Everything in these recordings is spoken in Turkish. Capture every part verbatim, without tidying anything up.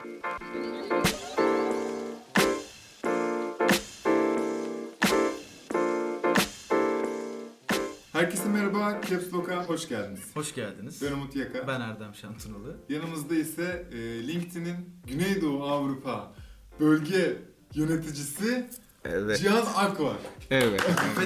Herkese merhaba, Caps Lock'a hoş geldiniz. Hoş geldiniz. Ben Umut Yaka. Ben Erdem Şantınalı. Yanımızda ise e, LinkedIn'in Güneydoğu Avrupa Bölge Yöneticisi Evet. Cihan Ak var. Evet.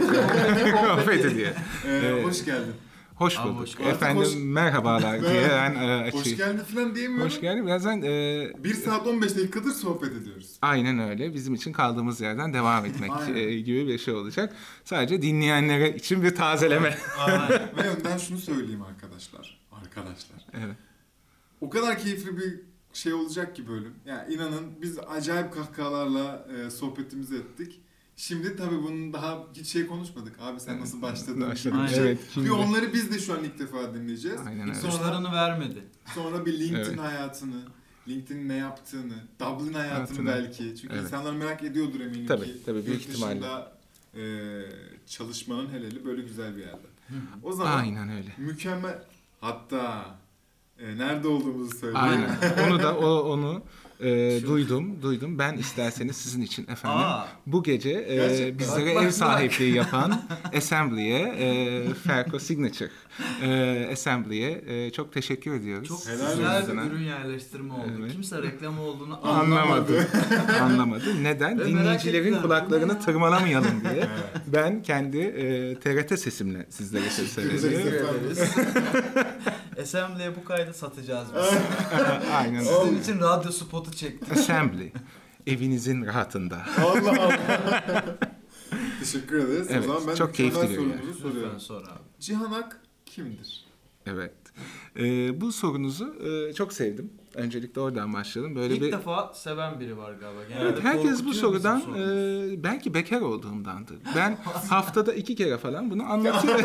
Fethi diye. E, Evet. Hoş geldin. Hoş Abi, bulduk. hoş geldin. Efendim Hoş- merhabalar diye ben e, açayım. Hoş geldin falan diyemiyorum. Hoş geldin. Birazdan e, bir saat on beş dakikadır sohbet ediyoruz. aynen öyle. Bizim için kaldığımız yerden devam etmek Aynen. e, gibi bir şey olacak. Sadece dinleyenlere için bir tazeleme. Aynen. Ve önden şunu söyleyeyim arkadaşlar. Arkadaşlar. Evet. O kadar keyifli bir şey olacak ki bölüm. Yani inanın biz acayip kahkahalarla e, sohbetimizi ettik. Şimdi tabii bunun daha hiç şey konuşmadık. Abi sen nasıl başladın? Başladık. gibi bir şey. Evet, Bir şimdi- onları biz de şu an ilk defa dinleyeceğiz. Aynen öyle. Sonra, İpuçlarını vermedi. sonra bir LinkedIn Evet. hayatını, LinkedIn'in ne yaptığını, Dublin hayatını Hayatını. belki. Çünkü Evet. insanlar merak ediyordur eminim Tabii, ki. tabii, büyük yurt dışında, ihtimalle. e, çalışmanın helali böyle güzel bir yerde. O zaman Aynen öyle. mükemmel, hatta e, nerede olduğumuzu söyleyeyim. Aynen. Onu da o onu e, Şu- duydum, duydum. Ben isterseniz sizin için efendim Aa. bu gece e, Gerçekten. bizlere Bak, bak, ev bak. sahipliği yapan Assembly'e, e, Ferco Signature e, Assembly'e e, çok teşekkür ediyoruz. Çok Helal güzel olsun. bir ürün yerleştirme oldu. Evet. Kimse reklam olduğunu Anlamadı. anlamadı. Anlamadı. Neden? Ve merak Dinleyicilerin ettiler. kulaklarını Bu ne? tırmalamayalım diye. Evet. Ben kendi e, T R T sesimle sizlere Teşekkür sesleniyorum. ederiz. Assembly'e bu kaydı satacağız biz. Aynen. Sizin için radyo spotu çektik. Assembly. Evinizin rahatında. Allah Allah. Teşekkür ederiz. Evet, o zaman ben çok mükemmel keyifli bir sorumuzu Lütfen soruyorum. sor abi. Cihan Ak kimdir? Evet. E, bu sorunuzu e, çok sevdim. Öncelikle oradan başlayalım. Böyle İlk bir defa seven biri var galiba. Genelde Evet, herkes bu korkutuyor sorudan bizi soru. e, belki bekar olduğumdandır. Ben haftada iki kere falan bunu anlatıyorum.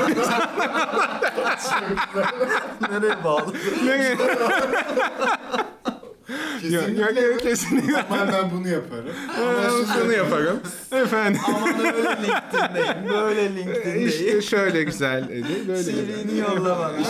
Nereye bağlı? Ne? Kesinlikle. Yok, yok, kesinlikle. Ama ben bunu yaparım. Ee, Şunu yaparım. Efendim. Aman öyle LinkedIn'deyim. Böyle LinkedIn'deyim. İşte şöyle güzel idi. Böyle güzel. C V'ni yollama. İş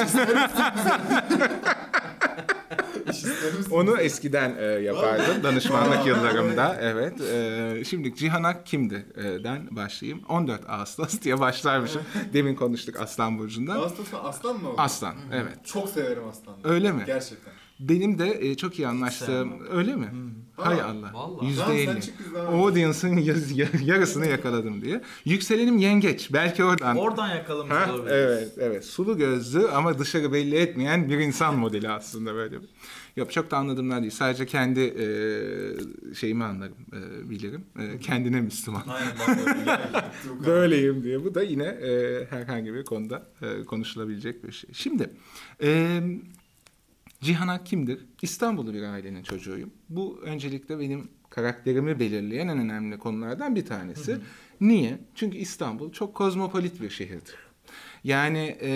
ister misin? Onu eskiden e, yapardım danışmanlık yıllarımda. Evet. E, şimdi Cihan Ak kimdi?'den başlayayım. on dört Ağustos diye başlarmışım. Demin konuştuk Aslan Burcu'ndan. Ağustos'ta aslan mı oldu? Aslan, evet. Çok severim aslanları. Öyle mi? Gerçekten. Benim de e, çok iyi anlaştığım. Öyle mi? Hay Ha, Allah. vallahi. Yüzde Tamam, sen elli. çık biz devam Audience'ın yar- yarısını yakaladım diye. Yükselenim yengeç. Belki oradan. Oradan yakalamış Ha, olabiliriz. evet, evet. Sulu gözlü ama dışarı belli etmeyen bir insan modeli aslında böyle. Yok, çok da anladığımlar değil. Sadece kendi e, şeyimi anlarım, e, bilirim. E, kendine Müslüman. Aynen ben böyle. Böyleyim diye. Bu da yine e, herhangi bir konuda e, konuşulabilecek bir şey. Şimdi e, Cihan Ak kimdir? İstanbullu bir ailenin çocuğuyum. Bu öncelikle benim karakterimi belirleyen en önemli konulardan bir tanesi. Hı hı. Niye? Çünkü İstanbul çok kozmopolit bir şehirdir. Yani e,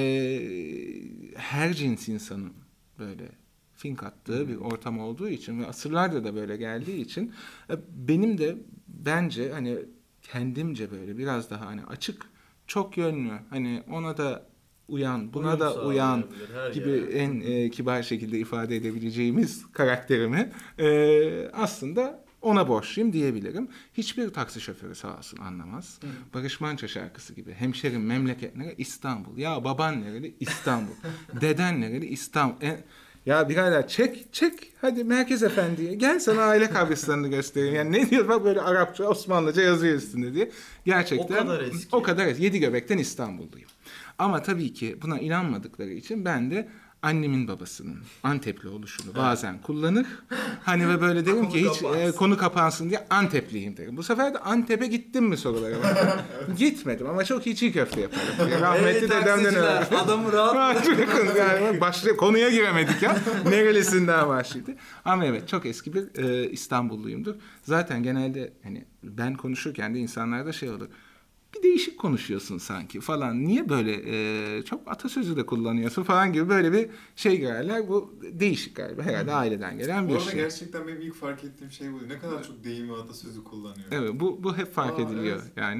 her cins insanın böyle fink attığı bir ortam olduğu için ve asırlardır da böyle geldiği için e, benim de bence hani kendimce böyle biraz daha hani açık, çok yönlü, hani ona da uyan, buna Uyum da uyan sağlayabilir her gibi yere. en e, kibar şekilde ifade edebileceğimiz karakterimi e, aslında ona borçluyum diyebilirim. Hiçbir taksi şoförü sağ olsun anlamaz. Hı. Barış Manço şarkısı gibi. Hemşerim memleket nereli? İstanbul. Ya baban nereli? İstanbul. Deden nereli? İstanbul. E, ya birader çek çek hadi Merkez Efendi'ye gel sana aile kabristanını göstereyim. Yani ne diyor bak böyle Arapça Osmanlıca yazıyor üstünde diye. Gerçekten O kadar eski. O kadar eski. Yedi göbekten İstanbulluyum. Ama tabii ki buna inanmadıkları için ben de annemin babasının Antepli oluşunu bazen kullanır. Hani ve böyle derim ki hiç e, konu kapansın diye Antepliyim derim. Bu sefer de Antep'e gittim mi sorulara var. Gitmedim ama çok iyi çiğ köfte yaparım. Rahmetli Ey dedemden taksiciler, öğrendim. adamı rahat yani başlı, konuya giremedik ya. Nerelisinden başladı. Ama evet çok eski bir e, İstanbulluyumdur. Zaten genelde hani ben konuşurken de insanlarda şey olur. Bir değişik konuşuyorsun sanki falan. Niye böyle e, çok atasözü de kullanıyorsun falan gibi böyle bir şey girerler. Bu değişik galiba. Herhalde aileden gelen bir Bu arada şey. gerçekten benim ilk fark ettiğim şey bu. Ne kadar çok deyim ve atasözü kullanıyor. Evet bu bu hep fark Aa, ediliyor evet. yani.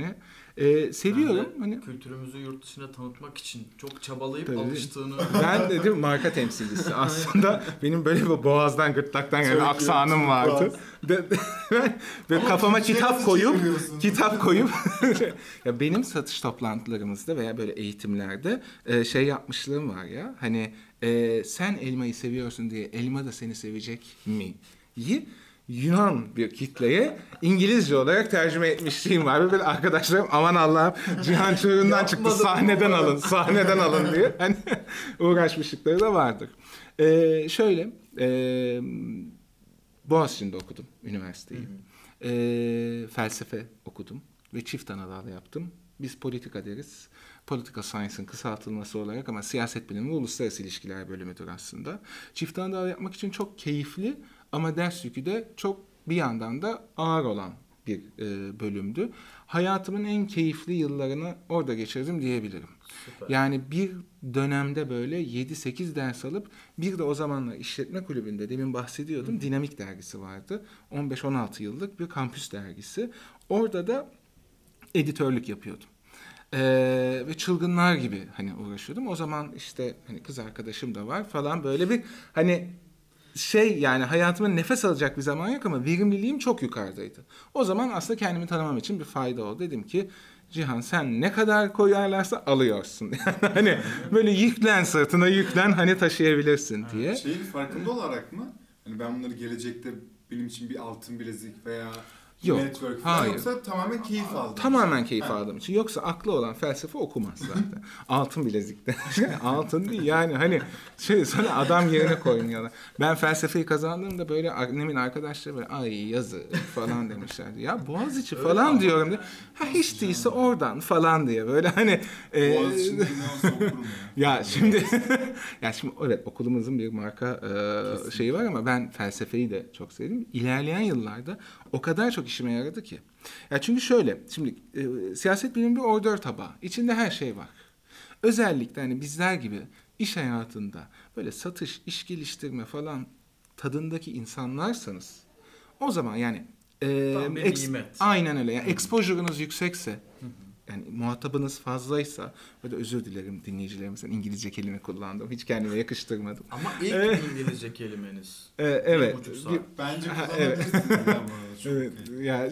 Ee, seviyorum. Ben de Hani kültürümüzü yurt dışına tanıtmak için çok çabalayıp Tabii. alıştığını... ben dedim marka temsilcisi. Aslında benim böyle bir boğazdan gırtlaktan yani Çok iyi, aksanım çok vardı. Ve, ve Ama kafama Türkçe'ye kitap nasıl koyup çeviriyorsun? kitap koyup ya benim satış toplantılarımızda veya böyle eğitimlerde e, şey yapmışlığım var ya. Hani e, sen elmayı seviyorsun diye elma da seni sevecek mi? yi Yunan bir kitleye İngilizce olarak tercüme etmişliğim var. Ve böyle arkadaşlarım aman Allah'ım Cihan çığırından çıktı Yapmadım sahneden ama. alın sahneden alın diye hani uğraşmışlıkları da vardır. Ee, şöyle e, Boğaziçi'nde okudum üniversiteyi. Ee, felsefe okudum ve çift ana dal yaptım. Biz politika deriz. Political Science'ın kısaltılması olarak ama siyaset bilimi ve uluslararası ilişkiler bölümüdür aslında. Çift ana dal yapmak için çok keyifli ama ders yükü de çok bir yandan da ağır olan bir e, bölümdü. Hayatımın en keyifli yıllarını orada geçirdim diyebilirim. Süper. Yani bir dönemde böyle yedi sekiz ders alıp bir de o zamanlar işletme kulübünde demin bahsediyordum. Hı. Dinamik dergisi vardı. on beş on altı yıllık bir kampüs dergisi. Orada da editörlük yapıyordum. Ee, ve çılgınlar gibi hani uğraşıyordum. O zaman işte hani kız arkadaşım da var falan böyle bir hani şey yani hayatıma nefes alacak bir zaman yok ama verimliliğim çok yukarıdaydı. O zaman aslında kendimi tanımam için bir fayda oldu. Dedim ki Cihan sen ne kadar koyarlarsa alıyorsun. Yani hani böyle yüklen sırtına yüklen hani taşıyabilirsin diye. Şeyin farkında olarak mı? Hani ben bunları gelecekte benim için bir altın bilezik veya Yok, network falan hayır. yoksa tamamen keyif aldım. Tamamen keyif Ha. aldığım için. Yoksa aklı olan felsefe okumaz zaten. Altın bilezikte. Altın değil yani hani şey sana adam yerine koymuyorlar. Ben felsefeyi kazandığımda böyle annemin arkadaşları böyle ay yazı falan demişlerdi. Ya Boğaziçi falan diyorum diye. Ha hiç değilse oradan falan diye böyle hani. E, Boğaziçi'nde ne olsa okurum ya. ya şimdi ya şimdi evet okulumuzun bir marka e, şeyi var ama ben felsefeyi de çok sevdim. İlerleyen yıllarda o kadar çok işime yaradı ki. Ya çünkü şöyle, şimdi e, siyaset bilimi bir ordör tabağı. İçinde her şey var. Özellikle hani bizler gibi iş hayatında böyle satış, iş geliştirme falan tadındaki insanlarsanız o zaman yani e, Tam bir eks- nimet. aynen öyle. Yani exposure'ınız yüksekse yani muhatabınız fazlaysa ve de özür dilerim dinleyicilerimizden İngilizce kelime kullandım. Hiç kendime yakıştırmadım. Ama ilk Evet. İngilizce kelimeniz. E, evet. Bir buçuk saat. Bir- Bence Ha, kullanabilirsin ya bu arada. Çok Evet, iyi. ya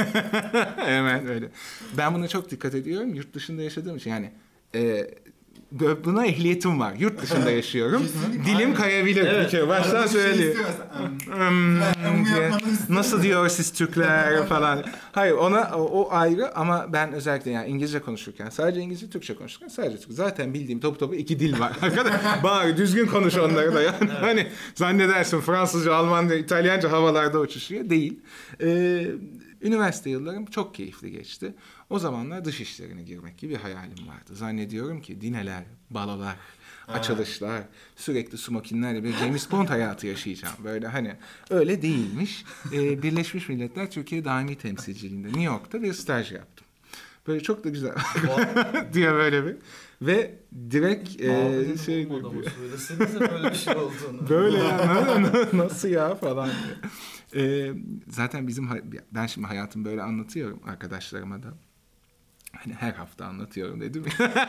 hemen öyle. Ben buna çok dikkat ediyorum. Yurt dışında yaşadığım için yani e, buna ehliyetim var. Yurt dışında yaşıyorum. Kesinlikle. Dilim Aynen. kayabilir bir Evet. kere. Baştan Arada bir şey söyleyeyim. istemezsen, Hmm, Ben bunu diye. yapmanı istemiyorum. Nasıl diyor siz Türkler falan. Hayır ona o, o ayrı ama ben özellikle yani İngilizce konuşurken sadece İngilizce Türkçe konuşurken sadece Türkçe. Zaten bildiğim topu topu iki dil var. Arkadaş bari düzgün konuş onları da yani. Evet. Hani zannedersin Fransızca, Almanca, İtalyanca havalarda uçuşuyor. Değil. Ee, üniversite yıllarım çok keyifli geçti. O zamanlar dış işlerine girmek gibi bir hayalim vardı. Zannediyorum ki dineler, balolar, Ha. açılışlar, sürekli smokinlerle bir James Bond hayatı yaşayacağım. Böyle hani öyle değilmiş. Ee, Birleşmiş Milletler Türkiye Daimi Temsilciliğinde New York'ta bir staj yaptım. Böyle çok da güzel diye böyle bir ve direkt e, şey Adamı söylesenize böyle bir şey olduğunu. böyle ya na- nasıl ya falan diye. Ee, zaten bizim hay- ben şimdi hayatımı böyle anlatıyorum arkadaşlarıma da. Hani her hafta anlatıyorum dedim.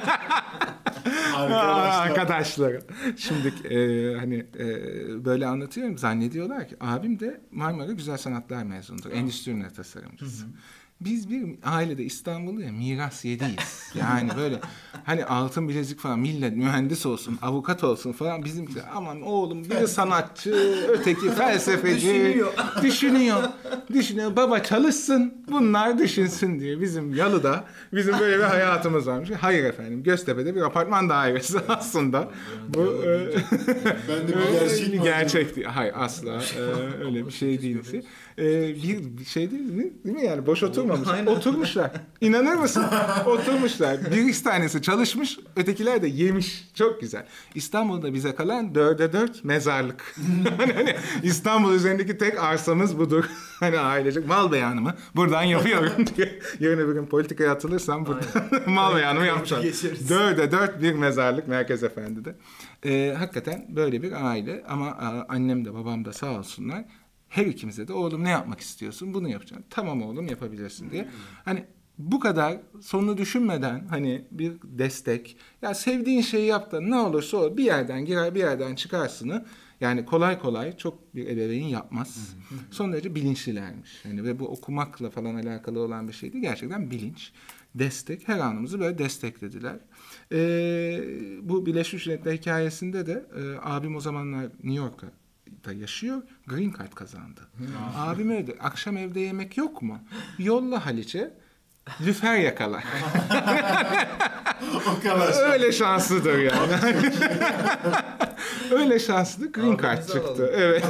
Arkadaşlar. Arkadaşlara. Şimdi e, hani e, böyle anlatıyorum. Zannediyorlar ki abim de Marmara Güzel Sanatlar mezunudur. Endüstri ürünleri tasarımcısı. Biz bir ailede İstanbul'da ya miras yediyiz. Yani böyle hani altın bilezik falan millet mühendis olsun, avukat olsun falan bizimkiler aman oğlum biri sanatçı, öteki felsefeci. Düşünüyor. Düşünüyor. Düşünüyor. Baba çalışsın, bunlar düşünsün diye bizim Yalı'da bizim böyle bir hayatımız varmış. Hayır efendim, Göztepe'de bir apartman dairesi aslında. Bu e, Ben de bir gerçek mi gerçek değil. Hayır asla e, öyle bir şey değil. E, bir, bir şey değil mi? Değil mi yani? Boş oturmamışlar. Aynen. Oturmuşlar. İnanır mısın? Oturmuşlar. Bir iki tanesi çalışmış, ötekiler de yemiş. Çok güzel. İstanbul'da bize kalan dörde dört mezarlık. hani, hani İstanbul üzerindeki tek arsamız budur. hani ailecek mal beyanımı buradan yapıyorum diye. Yarın öbür gün politikaya atılırsam burada mal beyanımı yapacağım. Geçeriz. Dörde dört bir mezarlık Merkez Efendi'de. Ee, hakikaten böyle bir aile ama a, annem de babam da sağ olsunlar. Her ikimize de oğlum ne yapmak istiyorsun? Bunu yapacağım. Tamam oğlum yapabilirsin diye. Hani bu kadar sonunu düşünmeden hani bir destek, ya sevdiğin şeyi yap da ne olursa olur bir yerden girer bir yerden çıkarsını yani kolay kolay çok bir ebeveyn yapmaz. Son derece bilinçlilermiş. Yani ve bu okumakla falan alakalı olan bir şeydi. Gerçekten bilinç, destek, her anımızı böyle desteklediler. Ee, bu Birleşmiş Milletler hikayesinde de e, abim o zamanlar New York'ta yaşıyor. Green Card kazandı. Abim öyle. Akşam evde yemek yok mu? Yolla Haliç'e. Lüfer yakala. O kadar. Öyle şanslıdır yani. Öyle şanslı. Green Card Abimizi çıktı. alalım. Evet.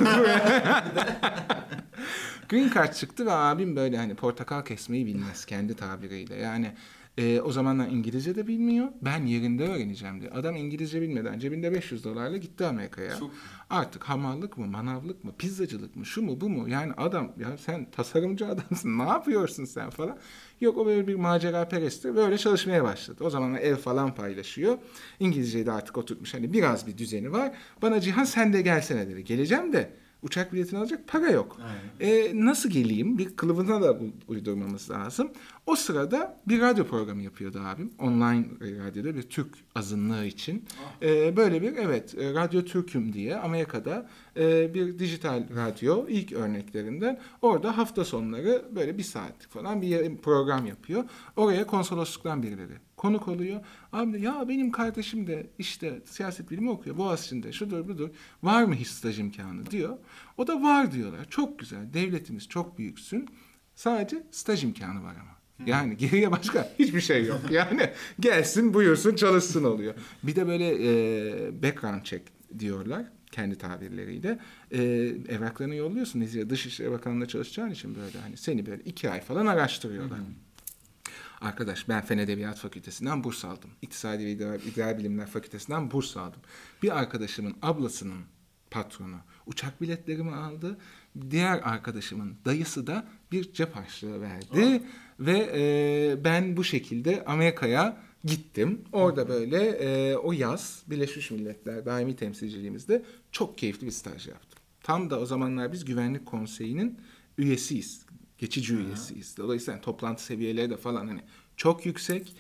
Green Card çıktı ve abim böyle hani portakal kesmeyi bilmez kendi tabiriyle. Yani e, o zamanlar İngilizce de bilmiyor. Ben yerinde öğreneceğim diye. Adam İngilizce bilmeden cebinde beş yüz dolarla gitti Amerika'ya. Çok... Artık hamallık mı, manavlık mı, pizzacılık mı, şu mu, bu mu? Yani adam ya sen tasarımcı adamsın, ne yapıyorsun sen falan. Yok o böyle bir macera peresttir. Böyle çalışmaya başladı. O zamanlar ev falan paylaşıyor. İngilizceyi de artık oturtmuş. Hani biraz bir düzeni var. Bana Cihan sen de gelsene dedi. Geleceğim de uçak biletini alacak para yok. E, nasıl geleyim? Bir kılıfına da uydurmamız lazım. O sırada bir radyo programı yapıyordu abim. Online radyoda bir Türk azınlığı için. E, böyle bir evet Radyo Türk'üm diye Amerika'da e, bir dijital radyo ilk örneklerinden. Orada hafta sonları böyle bir saatlik falan bir program yapıyor. Oraya konsolosluktan birileri konuk oluyor. Abi de, ya benim kardeşim de işte siyaset bilimi okuyor Boğaziçi'nde şudur budur. Var mı hiç staj imkanı diyor. O da var diyorlar. Çok güzel. Devletimiz çok büyüksün. Sadece staj imkanı var ama. Yani geriye başka hiçbir şey yok. Yani gelsin buyursun çalışsın oluyor. Bir de böyle e, background check diyorlar kendi tabirleriyle. E, evraklarını yolluyorsun. Nezihe Dışişleri Bakanlığı'nda çalışacağın için böyle hani seni böyle iki ay falan araştırıyorlar. Hı-hı. Arkadaş ben Fen Edebiyat Fakültesinden burs aldım. İktisadi ve İdeal, İdeal Bilimler Fakültesinden burs aldım. Bir arkadaşımın ablasının patronu uçak biletlerimi aldı. Diğer arkadaşımın dayısı da bir cep harçlığı verdi. Oh. Ve e, ben bu şekilde Amerika'ya gittim. Orada böyle e, o yaz Birleşmiş Milletler daimi temsilciliğimizde çok keyifli bir staj yaptım. Tam da o zamanlar biz Güvenlik Konseyi'nin üyesiyiz. Geçici üyesiyiz. Dolayısıyla toplantı seviyeleri de falan hani çok yüksek.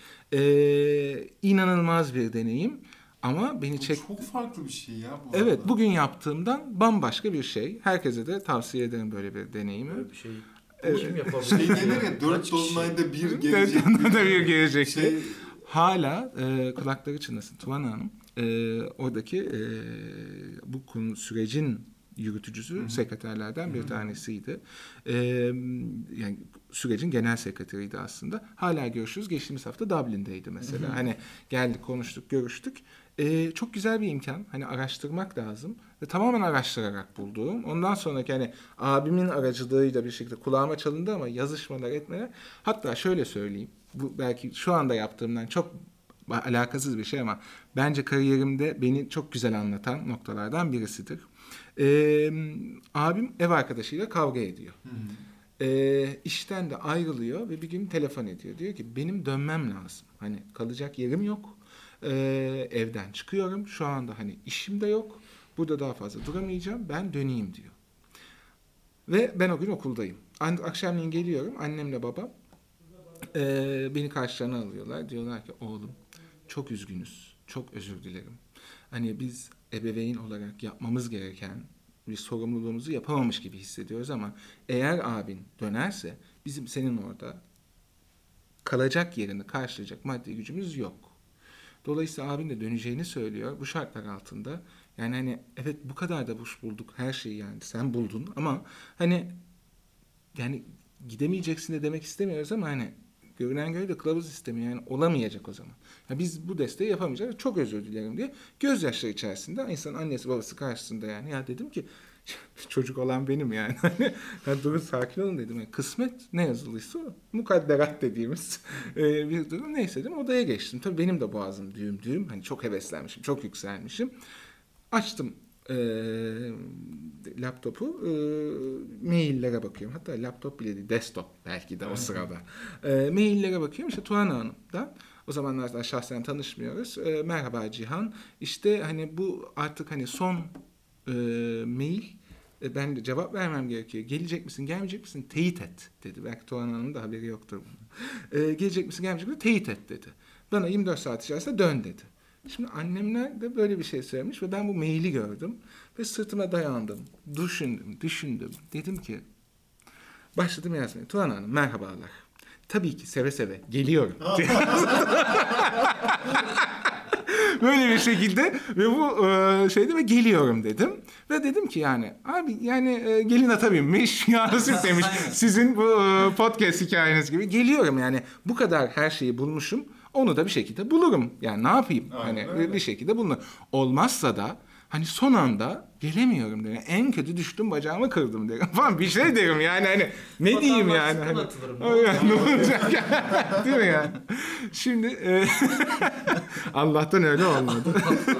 Ee, inanılmaz bir deneyim. Ama beni çek... Çok farklı bir şey ya bu Evet, arada. bugün yaptığımdan bambaşka bir şey. Herkese de tavsiye ederim böyle bir deneyimi. Böyle bir şey. Evet. Kim yapabilir? Şey denir ya dört dolunayda bir gelecek. Dört da bir gelecek. Şey... Hala e, kulakları çınlasın Tuvan Hanım. E, oradaki e, bu konu sürecin yürütücüsü Hı-hı. sekreterlerden bir Hı-hı. tanesiydi. Ee, yani sürecin genel sekreteriydi aslında. Hala görüşürüz. Geçtiğimiz hafta Dublin'deydi mesela. Hı-hı. Hani geldik, konuştuk, görüştük. Ee, çok güzel bir imkan. Hani araştırmak lazım. Ve tamamen araştırarak bulduğum. Ondan sonraki hani abimin aracılığıyla bir şekilde kulağıma çalındı ama yazışmalar etmeler. Hatta şöyle söyleyeyim. Bu belki şu anda yaptığımdan çok alakasız bir şey ama bence kariyerimde beni çok güzel anlatan noktalardan birisidir. Ee, abim ev arkadaşıyla kavga ediyor. Ee, işten de ayrılıyor ve bir gün telefon ediyor. Diyor ki benim dönmem lazım. Hani kalacak yerim yok. Ee, evden çıkıyorum. Şu anda hani işim de yok. Burada daha fazla duramayacağım. Ben döneyim diyor. Ve ben o gün okuldayım. Akşamleyin geliyorum. Annemle babam e, beni karşılarına alıyorlar. Diyorlar ki oğlum çok üzgünüz. Çok özür dilerim. Hani biz ebeveyn olarak yapmamız gereken bir sorumluluğumuzu yapamamış gibi hissediyoruz ama eğer abin dönerse bizim senin orada kalacak yerini karşılayacak maddi gücümüz yok. Dolayısıyla abin de döneceğini söylüyor bu şartlar altında. Yani hani evet bu kadar da boş bulduk her şeyi yani sen buldun ama hani yani gidemeyeceksin de demek istemiyoruz ama hani görünen göre de kılavuz istemiyor yani olamayacak o zaman. Ya biz bu desteği yapamayacağız. Çok özür dilerim diye gözyaşları içerisinde insan annesi babası karşısında yani ya dedim ki çocuk olan benim yani. yani durun sakin olun dedim. Yani kısmet ne yazılıysa o. Mukadderat dediğimiz e, bir durum. Neyse dedim odaya geçtim. Tabii benim de boğazım düğüm düğüm. Hani çok heveslenmişim, çok yükselmişim. Açtım e, laptopu e, maillere bakıyorum. Hatta laptop bile değil, desktop belki de o sırada. E, maillere bakıyorum. İşte Tuğan Hanım'dan. O zamanlardan şahsen tanışmıyoruz. E, merhaba Cihan. İşte hani bu artık hani son e, mail E, ben de cevap vermem gerekiyor. Gelecek misin, gelmeyecek misin? Teyit et dedi. Belki Tuğan Hanım'ın da haberi yoktur bunun. E, gelecek misin, gelmeyecek misin? Teyit et dedi. Bana yirmi dört saat içerisinde dön dedi. Şimdi annemler de böyle bir şey söylemiş ve ben bu maili gördüm ve sırtıma dayandım. Düşündüm, düşündüm. Dedim ki, başladım yazmaya. Tuğan Hanım merhabalar. Tabii ki seve seve geliyorum. Böyle bir şekilde ve bu e, şeyde ve geliyorum dedim. Ve dedim ki yani abi yani e, gelin ata binmiş, yarısı demiş. Sizin bu e, podcast hikayeniz gibi geliyorum yani. Bu kadar her şeyi bulmuşum. Onu da bir şekilde bulurum. Yani ne yapayım? Aynen Hani öyle. bir şekilde bulunur. Olmazsa da hani son anda gelemiyorum derim. En kötü düştüm bacağımı kırdım derim falan bir şey derim yani hani ne diyeyim yani. Hani, ne olacak yani? Değil mi yani? Şimdi e, Allah'tan öyle olmadı.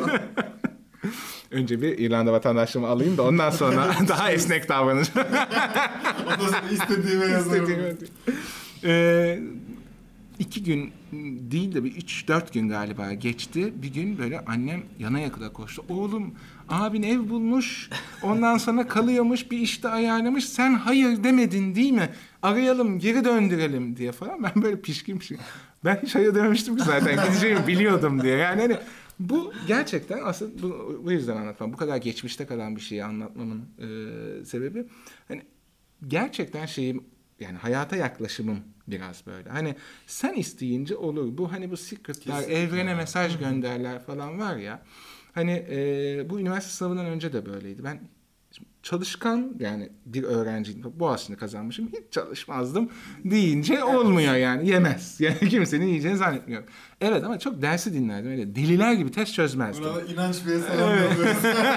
Önce bir İrlanda vatandaşlığımı alayım da ondan sonra daha esnek davranacağım. Ondan sonra istediğime yazarım. İstediğime. Ee, iki gün değil de bir üç dört gün galiba geçti. Bir gün böyle annem yana yakıla koştu. Oğlum abin ev bulmuş. Ondan sonra kalıyormuş. Bir işte ayarlamış. Sen hayır demedin değil mi? Arayalım geri döndürelim diye falan. Ben böyle pişkin pişkin. Ben hiç hayır dememiştim ki zaten. Gideceğimi biliyordum diye. Yani hani bu gerçekten aslında bu, bu yüzden anlatmam. Bu kadar geçmişte kalan bir şeyi anlatmamın e, sebebi. Hani gerçekten şeyim yani hayata yaklaşımım biraz böyle. Hani sen isteyince olur. Bu hani bu secretler, Kesinlikle. evrene mesaj gönderler falan var ya. Hani e, bu üniversite sınavından önce de böyleydi. Ben çalışkan yani bir öğrenciydim. Boğaziçi'ni kazanmışım. Hiç çalışmazdım deyince olmuyor yani. Yemez. Yani kimsenin yiyeceğini zannetmiyorum. Evet ama çok dersi dinlerdim. Öyle deliler gibi test çözmezdim. Burada inanç Bey'e selam Evet. yolluyoruz.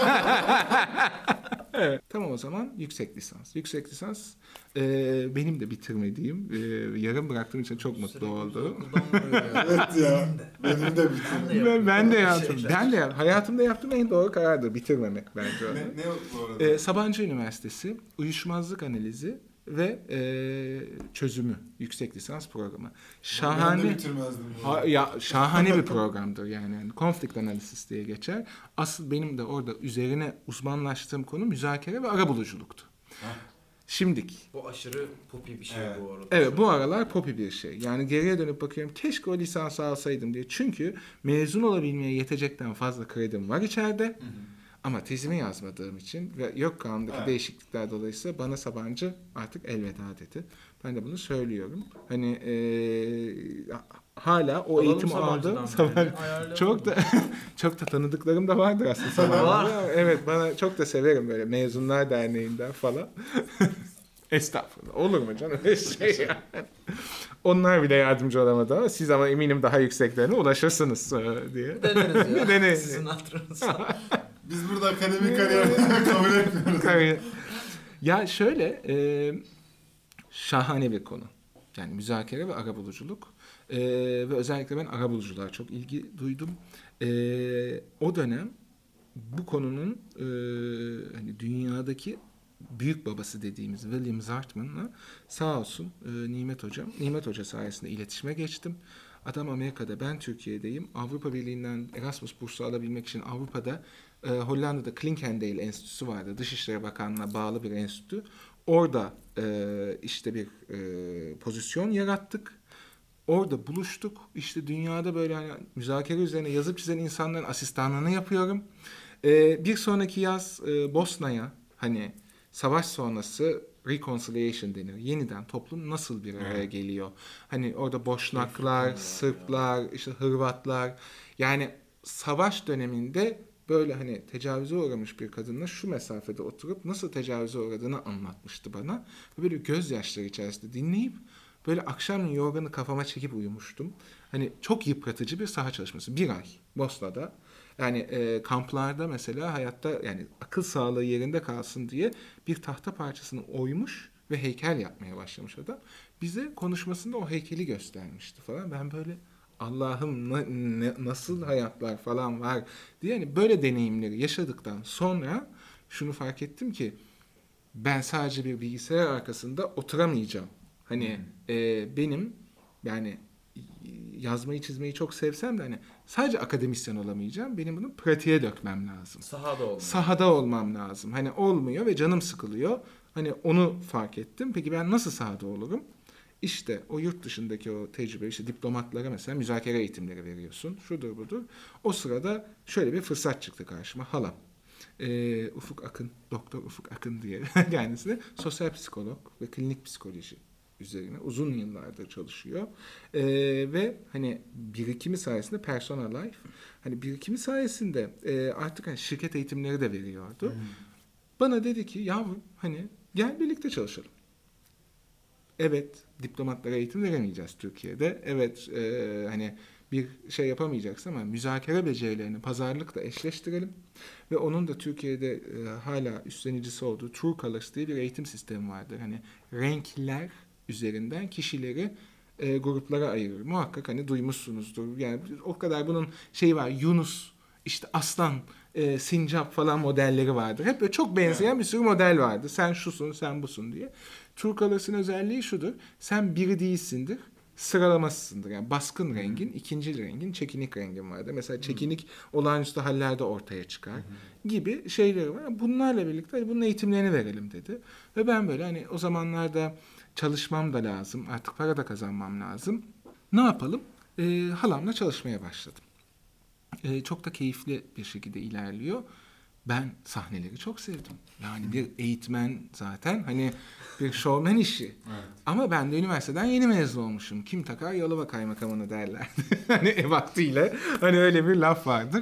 Evet. Tamam o zaman yüksek lisans. Yüksek lisans e, benim de bitirmediğim, e, yarım bıraktığım için çok mutlu oldum. Evet ya. Benim de bitirdim. Ben, ben de yaptım. Ben de yaptım. Hayatımda yaptığım en doğru karardır bitirmemek bence. Ne, ne bu arada? E, Sabancı Üniversitesi Uyuşmazlık Analizi ve e, Çözümü yüksek lisans programı. Ben de Şahane. bitirmezdim. bu Ha, arada. ya şahane bir programdır yani. yani conflict analysis diye geçer. Asıl benim de orada üzerine uzmanlaştığım konu müzakere ve arabuluculuktu. Ha. Şimdiki. Bu aşırı popi bir şey Evet. bu arada. Evet bu aralar popi bir şey. Yani geriye dönüp bakıyorum keşke o lisansı alsaydım diye. Çünkü mezun olabilmeye yetecekten fazla kredim var içeride. Hı hı. Ama tezimi yazmadığım için ve yok kanundaki Evet. değişiklikler dolayısıyla bana Sabancı artık elveda dedi. Ben de bunu söylüyorum. Hani eee, hala o Alalım eğitimi Sabancı'dan aldım. bir Sabancı. tane, ayarlayalım. Çok da çok da tanıdıklarım da vardır aslında Sabancı'da. Var. Evet bana çok da severim böyle Mezunlar Derneği'nden falan. Estağfurullah. Olur mu canım? Öyle şey yani. Onlar bile yardımcı olamadı ama siz ama eminim daha yükseklerine ulaşırsınız e, diye. Deneriz ya. Deneriz. Sizin hatırınızda. Biz burada akademik kariyer kabul etmiyoruz. Kariyer. Ya şöyle e, şahane bir konu. Yani müzakere ve arabuluculuk. E, ve özellikle ben arabuluculuğa çok ilgi duydum. E, o dönem bu konunun e, hani dünyadaki büyük babası dediğimiz William Zartman'la sağ olsun e, Nimet Hocam. Nimet Hoca sayesinde iletişime geçtim. Adam Amerika'da, ben Türkiye'deyim. Avrupa Birliği'nden Erasmus bursu alabilmek için Avrupa'da e, Hollanda'da Klinkendael Enstitüsü vardı. Dışişleri Bakanlığı'na bağlı bir enstitü. Orada e, işte bir e, pozisyon yarattık. Orada buluştuk. İşte dünyada böyle hani müzakere üzerine yazıp çizen insanların asistanlığını yapıyorum. E, bir sonraki yaz e, Bosna'ya hani savaş sonrası reconciliation denir. Yeniden toplum nasıl bir araya Evet. geliyor? Hani orada Boşnaklar, Sırplar, işte Hırvatlar. Yani savaş döneminde böyle hani tecavüze uğramış bir kadınla şu mesafede oturup nasıl tecavüze uğradığını anlatmıştı bana. Böyle gözyaşları içerisinde dinleyip böyle akşam yorganı kafama çekip uyumuştum. Hani çok yıpratıcı bir saha çalışması. Bir ay Bosna'da. Yani e, kamplarda mesela hayatta yani akıl sağlığı yerinde kalsın diye bir tahta parçasını oymuş ve heykel yapmaya başlamış adam. Bize konuşmasında o heykeli göstermişti falan. Ben böyle Allah'ım na, ne, nasıl hayatlar falan var diye yani böyle deneyimleri yaşadıktan sonra şunu fark ettim ki ben sadece bir bilgisayar arkasında oturamayacağım. Hani e, benim yani yazmayı çizmeyi çok sevsem de hani sadece akademisyen olamayacağım. Benim bunu pratiğe dökmem lazım. Sahada olmalı. Sahada olmam lazım. Hani olmuyor ve canım sıkılıyor. Hani onu fark ettim. Peki ben nasıl sahada olurum? İşte o yurt dışındaki o tecrübe, işte diplomatlara mesela müzakere eğitimleri veriyorsun. Şudur budur. O sırada şöyle bir fırsat çıktı karşıma. Halam. Ee, Ufuk Akın, Doktor Ufuk Akın diye kendisi sosyal psikolog ve klinik psikoloji üzerine uzun yıllardır çalışıyor. Ee, ve hani birikimi sayesinde Persona Life, hani birikimi sayesinde e, artık hani şirket eğitimleri de veriyordu. Hmm. Bana dedi ki yavrum hani gel birlikte çalışalım. Evet, diplomatlara eğitim veremeyeceğiz Türkiye'de. Evet, e, hani bir şey yapamayacaksın ama müzakere becerilerini pazarlıkla eşleştirelim. Ve onun da Türkiye'de e, hala üstlenicisi olduğu True Colors diye bir eğitim sistemi vardır. Hani renkler üzerinden kişileri e, gruplara ayırır. Muhakkak hani duymuşsunuzdur. Yani o kadar bunun şeyi var. Yunus, işte aslan, e, sincap falan modelleri vardır. Hep böyle çok benzeyen evet. bir sürü model vardır. Sen şusun, sen busun diye. True Colors'ın özelliği şudur. Sen biri değilsindir. Sıralamasısındır. Yani baskın hmm. rengin, ikinci rengin, çekinik rengin vardır. Mesela çekinik hmm. olağanüstü hallerde ortaya çıkar hmm. gibi şeyleri var. Bunlarla birlikte hani bunun eğitimlerini verelim dedi. Ve ben böyle hani o zamanlarda çalışmam da lazım. Artık para da kazanmam lazım. Ne yapalım? Ee, halamla çalışmaya başladım. Ee, çok da keyifli bir şekilde ilerliyor. Ben sahneleri çok sevdim. Yani bir eğitmen zaten hani bir şovmen işi. Evet. Ama ben de üniversiteden yeni mezun olmuşum. Kim takar Yalova kaymakamını derlerdi. hani ev vaktiyle hani öyle bir laf vardır.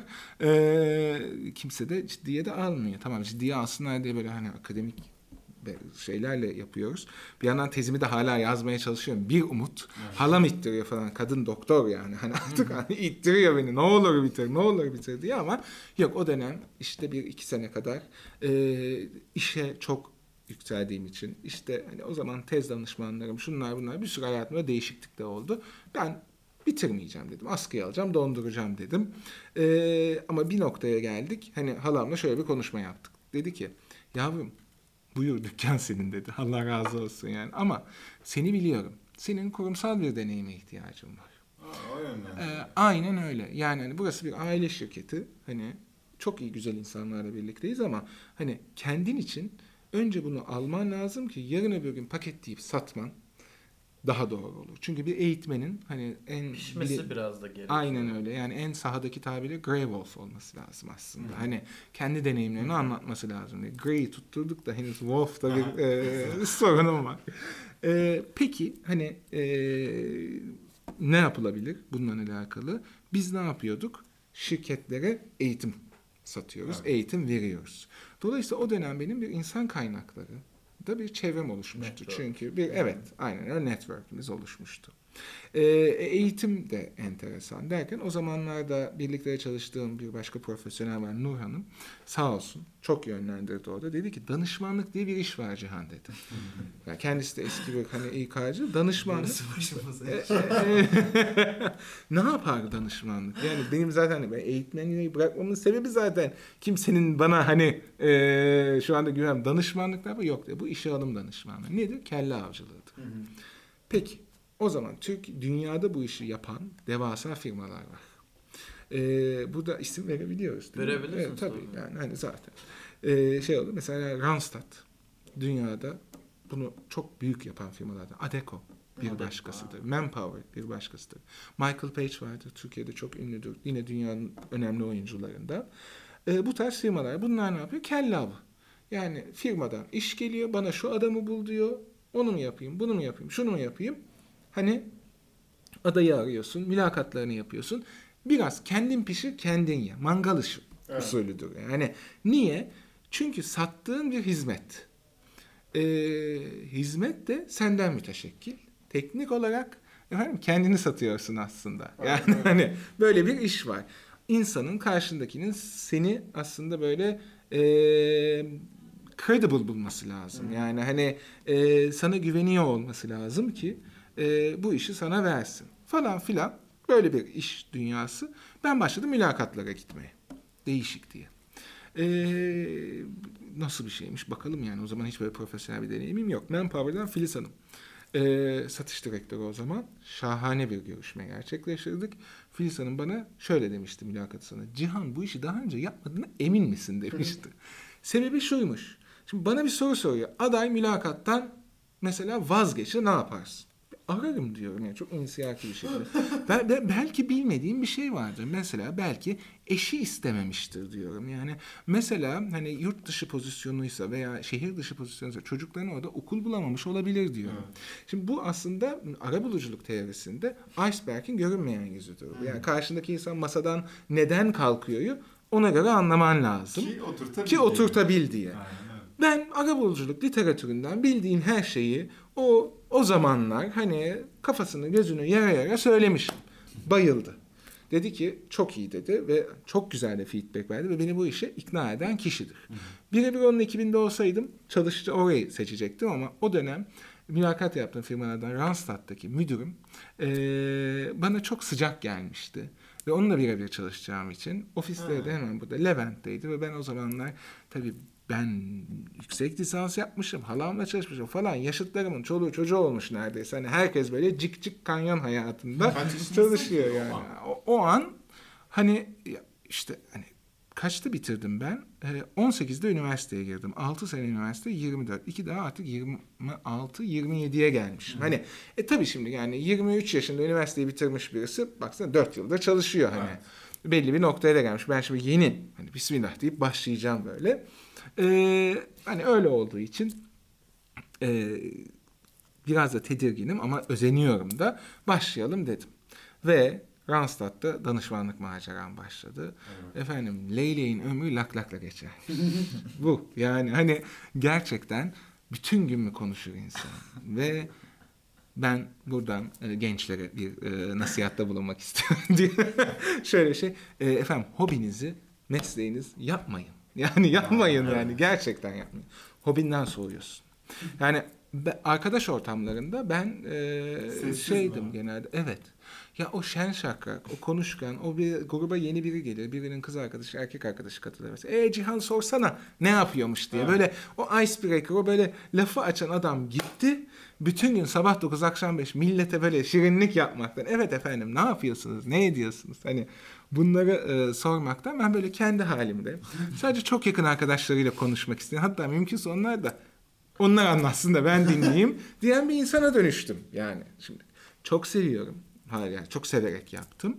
Ee, kimse de ciddiye de almıyor. Tamam ciddiye alsınlar diye böyle hani akademik şeylerle yapıyoruz. Bir yandan tezimi de hala yazmaya çalışıyorum. Bir umut. Evet. Halam ittiriyor falan. Kadın doktor yani. Hani artık hani ittiriyor beni. Ne olur bitir, ne olur bitir diye ama yok o dönem işte bir iki sene kadar e, işe çok yükseldiğim için işte hani o zaman tez danışmanlarım şunlar bunlar bir sürü hayatımda değişiklik de oldu. Ben bitirmeyeceğim dedim. Askıya alacağım, donduracağım dedim. E, ama bir noktaya geldik. Hani halamla şöyle bir konuşma yaptık. Dedi ki yavrum buyur dükkan senin dedi. Allah razı olsun yani. Ama seni biliyorum. Senin kurumsal bir deneyime ihtiyacın var. Aa, o yönden. Ee, aynen öyle. Yani hani burası bir aile şirketi. Hani çok iyi güzel insanlarla birlikteyiz ama hani kendin için önce bunu alman lazım ki yarın öbür gün paketleyip satman daha doğru olur. Çünkü bir eğitmenin hani en pişmesi bile, biraz da gerekiyor. Aynen öyle. Yani en sahadaki tabiri Grey Wolf olması lazım aslında. Hmm. Hani kendi deneyimlerini hmm. anlatması lazım. Grey'i tutturduk da henüz Wolf'ta bir e, sorunum var. E, peki hani e, ne yapılabilir bununla alakalı? Biz ne yapıyorduk? Şirketlere eğitim satıyoruz, evet. eğitim veriyoruz. Dolayısıyla o dönem benim bir insan kaynakları da bir çevrem oluşmuştu. Network. Çünkü bir evet aynen öyle network'imiz oluşmuştu. Ee, eğitim de enteresan derken o zamanlarda birlikte çalıştığım bir başka profesyonel var Nur Hanım sağ olsun çok yönlendirdi orada. Dedi ki danışmanlık diye bir iş var Cihan dedi. Yani kendisi de eski bir hani İK'cı danışmanlık. Ne yapar danışmanlık? Yani benim zaten hani eğitmenliği bırakmamın sebebi zaten kimsenin bana hani e, şu anda güven danışmanlık da yok diye. Bu işe alım danışmanlığı. Nedir? Kelle avcılığıdır. Hı hı. Peki o zaman Türk dünyada bu işi yapan devasa firmalar var. Ee, burada isim verebiliyoruz. Verebilirsiniz. Evet, tabii tabii. Yani hani zaten ee, şey oldu mesela Randstad dünyada bunu çok büyük yapan firmalardan. Adecco bir Adecco, başkasıdır. Ha. Manpower bir başkasıdır. Michael Page vardır. Türkiye'de çok ünlüdür. Yine dünyanın önemli oyuncularından. Ee, bu tarz firmalar. Bunlar ne yapıyor? Kelle avı. Yani firmadan iş geliyor. Bana şu adamı bul diyor. Onu mu yapayım? Bunu mu yapayım? Şunu mu yapayım? Hani adayı arıyorsun, mülakatlarını yapıyorsun. Biraz kendin pişir, kendin ye. Mangal işi evet. usulüdür. Yani niye? Çünkü sattığın bir hizmet. Ee, hizmet de senden müteşekkil. Teknik olarak efendim kendini satıyorsun aslında. Yani evet. hani böyle bir iş var. İnsanın karşındakinin seni aslında böyle e, credible bulması lazım. Hmm. Yani hani e, sana güveniyor olması lazım ki E, bu işi sana versin falan filan böyle bir iş dünyası. Ben başladım mülakatlara gitmeye. Değişik diye. E, nasıl bir şeymiş bakalım yani o zaman hiç böyle profesyonel bir deneyimim yok. Manpower'dan Filiz Hanım Ee, satış direktörü o zaman. Şahane bir görüşme gerçekleştirdik. Filiz Hanım bana şöyle demişti mülakat sonra. Cihan bu işi daha önce yapmadığına emin misin demişti. Sebebi şuymuş. Şimdi bana bir soru soruyor. Aday mülakattan mesela vazgeçti, ne yaparsın? Ararım diyorum yani çok inisiyaki bir şekilde. Be- be- belki bilmediğim bir şey vardır. Mesela belki eşi istememiştir diyorum. Yani mesela hani yurt dışı pozisyonuysa veya şehir dışı pozisyonuysa çocukların orada okul bulamamış olabilir diyorum. Evet. Şimdi bu aslında arabuluculuk teorisinde iceberg'in görünmeyen yüzüdür. Yani karşındaki insan masadan neden kalkıyoryu ona göre anlaman lazım. Ki oturtabil, Ki oturtabil diye. Aynen, evet. Ben arabuluculuk literatüründen bildiğim her şeyi o o zamanlar hani kafasını gözünü yara yara söylemişim. Bayıldı. Dedi ki çok iyi dedi ve çok güzel de feedback verdi ve beni bu işe ikna eden kişidir. Birebir onun ekibinde olsaydım çalışıcı orayı seçecektim ama o dönem mülakat yaptığım firmalardan Randstad'taki müdürüm ee, bana çok sıcak gelmişti. Ve onunla birebir çalışacağım için ofisleri de hemen burada Levent'teydi ve ben o zamanlar tabii ben yüksek lisans yapmışım, halamla çalışmışım falan. Yaşıtlarımın çoluğu çocuğu olmuş neredeyse. Hani herkes böyle cik cik kanyon hayatında çalışıyor yani. O, o an hani işte hani kaçta bitirdim ben? on sekizde üniversiteye girdim. altı sene üniversite, yirmi dört. iki daha artık yirmi altı yirmi yediye gelmişim. Hani e tabii şimdi yani yirmi üç yaşında üniversiteyi bitirmiş birisi baksana dört yılda çalışıyor hani. Evet. Belli bir noktaya da gelmiş. Ben şimdi yeni hani bismillah deyip başlayacağım böyle. Ee, hani öyle olduğu için e, biraz da tedirginim ama özeniyorum da başlayalım dedim. Ve Randstad'da danışmanlık maceram başladı. Evet. Efendim Leyleğin ömrü lak lakla geçer. Bu yani hani gerçekten bütün gün mü konuşur insan? Ve ben buradan e, gençlere bir e, nasihatta bulunmak istiyorum diye şöyle şey. E, efendim hobinizi, mesleğiniz yapmayın. Yani yapmayın yani gerçekten yapmayın. Hobinden soğuyorsun. Yani be, arkadaş ortamlarında ben e, şeydim mi? Genelde evet. Ya o şen şakrak, o konuşkan, o bir gruba yeni biri gelir, birinin kız arkadaşı, erkek arkadaşı katılır mesela. E Cihan sorsana ne yapıyormuş diye. Evet. Böyle o icebreaker, o böyle lafı açan adam gitti. Bütün gün sabah dokuz akşam beş millete böyle şirinlik yapmaktan. Evet efendim ne yapıyorsunuz, ne ediyorsunuz? Hani bunları e, sormaktan ben böyle kendi halimde. Sadece çok yakın arkadaşlarıyla konuşmak istedim. Hatta mümkünse onlar da onlar anlatsın da ben dinleyeyim diyen bir insana dönüştüm. Yani şimdi çok seviyorum. Hayır yani çok severek yaptım.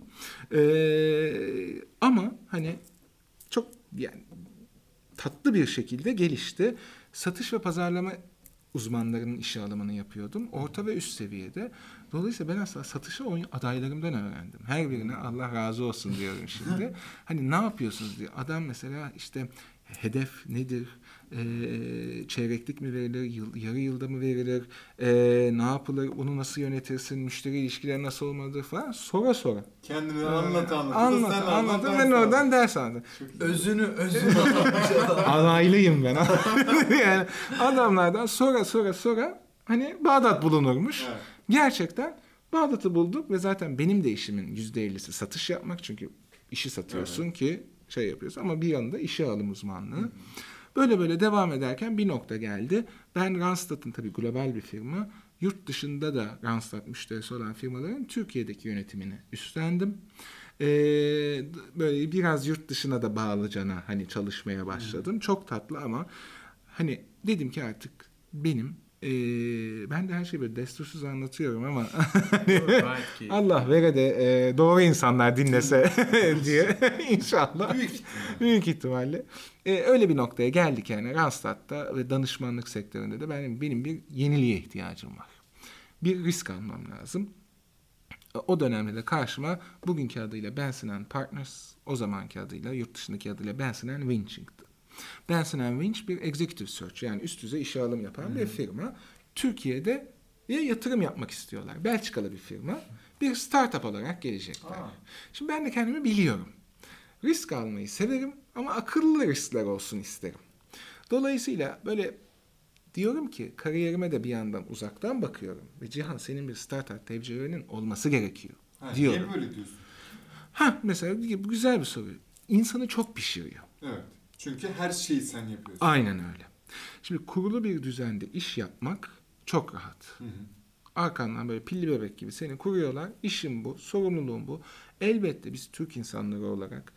Ee, ama hani çok yani tatlı bir şekilde gelişti. Satış ve pazarlama uzmanlarının işe alımını yapıyordum. Orta ve üst seviyede. Dolayısıyla ben aslında satışı o adaylarımdan öğrendim. Her birine Allah razı olsun diyorum şimdi. Hani ne yapıyorsunuz diye. Adam mesela işte hedef nedir? Ee, çeyreklik mi verilir? Yıl, yarı yılda mı verilir? Ee, ne yapılır? Onu nasıl yönetirsin? Müşteri ilişkileri nasıl olmalıdır falan. Sonra sonra. Kendini ee, anlat anlat. Anlat anlat. Ben oradan ders aldım. Özünü özünü Alaylıyım ben. Yani adamlardan sonra sonra sonra hani Bağdat bulunurmuş. Evet. Gerçekten Bağdat'ı bulduk ve zaten benim de işimin yüzde ellisi satış yapmak. Çünkü işi satıyorsun evet. ki şey yapıyorsun ama bir yanında işe alım uzmanlığı. Hı-hı. Böyle böyle devam ederken bir nokta geldi. Ben Randstad'ın tabii global bir firma. Yurt dışında da Randstad müşterisi olan firmaların Türkiye'deki yönetimini üstlendim. Ee, böyle biraz yurt dışına da bağlıcana hani çalışmaya başladım. Hmm. Çok tatlı ama hani dedim ki artık benim e, ben de her şeyi böyle destursuz anlatıyorum ama Allah vere de e, doğru insanlar dinlese diye inşallah. Büyük ihtimalle. Büyük ihtimalle. Ee, öyle bir noktaya geldik yani Randstad'da ve danışmanlık sektöründe de benim, benim bir yeniliğe ihtiyacım var. Bir risk almam lazım. O dönemde de karşıma bugünkü adıyla Benson and Partners, o zamanki adıyla yurt dışındaki adıyla Benson and Winch çıktı. Benson and Winch bir executive search yani üst düzey işe alım yapan hmm. bir firma. Türkiye'de bir yatırım yapmak istiyorlar. Belçikalı bir firma. Bir startup olarak gelecekler. Aa. Şimdi ben de kendimi biliyorum. Risk almayı severim ama akıllı riskler olsun isterim. Dolayısıyla böyle diyorum ki kariyerime de bir yandan uzaktan bakıyorum. Ve Cihan senin bir startup tecrübenin olması gerekiyor ha, diyorum. Niye böyle diyorsun? Ha mesela bu güzel bir soru. İnsanı çok pişiriyor. Evet. Çünkü her şeyi sen yapıyorsun. Aynen öyle. Şimdi kurulu bir düzende iş yapmak çok rahat. Hı hı. Arkandan böyle pilli bebek gibi seni kuruyorlar. İşin bu, sorumluluğun bu. Elbette biz Türk insanları olarak,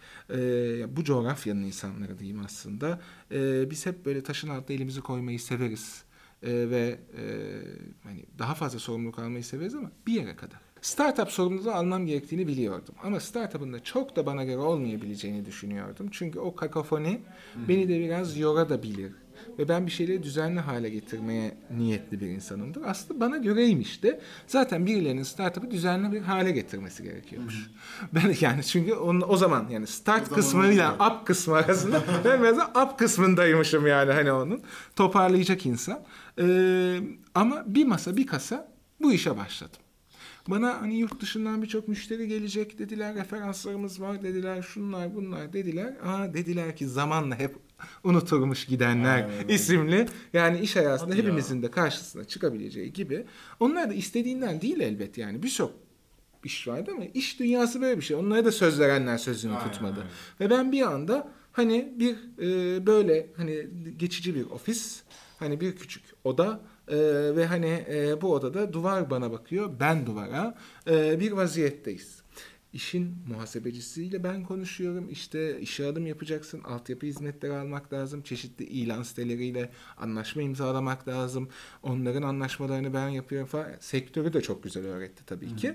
e, bu coğrafyanın insanları diyeyim aslında, e, biz hep böyle taşın altına elimizi koymayı severiz. E, ve e, hani daha fazla sorumluluk almayı severiz ama bir yere kadar. Startup sorumluluğu almam gerektiğini biliyordum. Ama startup'ın da çok da bana göre olmayabileceğini düşünüyordum. Çünkü o kakafoni beni de biraz yorabilir. Ve ben bir şeyleri düzenli hale getirmeye niyetli bir insanımdır. Aslında bana göreymiş de zaten birilerinin startup'ı düzenli bir hale getirmesi gerekiyormuş. Ben yani çünkü onun, o zaman yani start O kısmıyla zaman up kısmı arasında ben biraz da up kısmındaymışım yani hani onun. Toparlayacak insan. Ee, ama bir masa bir kasa bu işe başladım. Bana hani yurt dışından birçok müşteri gelecek dediler, referanslarımız var dediler, şunlar bunlar dediler. Aa dediler ki zamanla hep unuturmuş gidenler Aynen. isimli. Yani iş hayatında Hadi hepimizin ya. de karşısına çıkabileceği gibi. Onlar da istediğinden değil elbet yani. Birçok iş vardı ama iş dünyası böyle bir şey. Onlara da söz verenler sözünü Aynen, tutmadı. aynen. Ve ben bir anda hani bir e, böyle hani geçici bir ofis, hani bir küçük oda e, ve hani e, bu odada duvar bana bakıyor, ben duvara e, bir vaziyetteyiz. İşin muhasebecisiyle ben konuşuyorum. İşte işe alım yapacaksın, altyapı hizmetleri almak lazım, çeşitli ilan siteleriyle anlaşma imzalamak lazım. Onların anlaşmalarını ben yapıyorum falan. Sektörü de çok güzel öğretti tabii ki.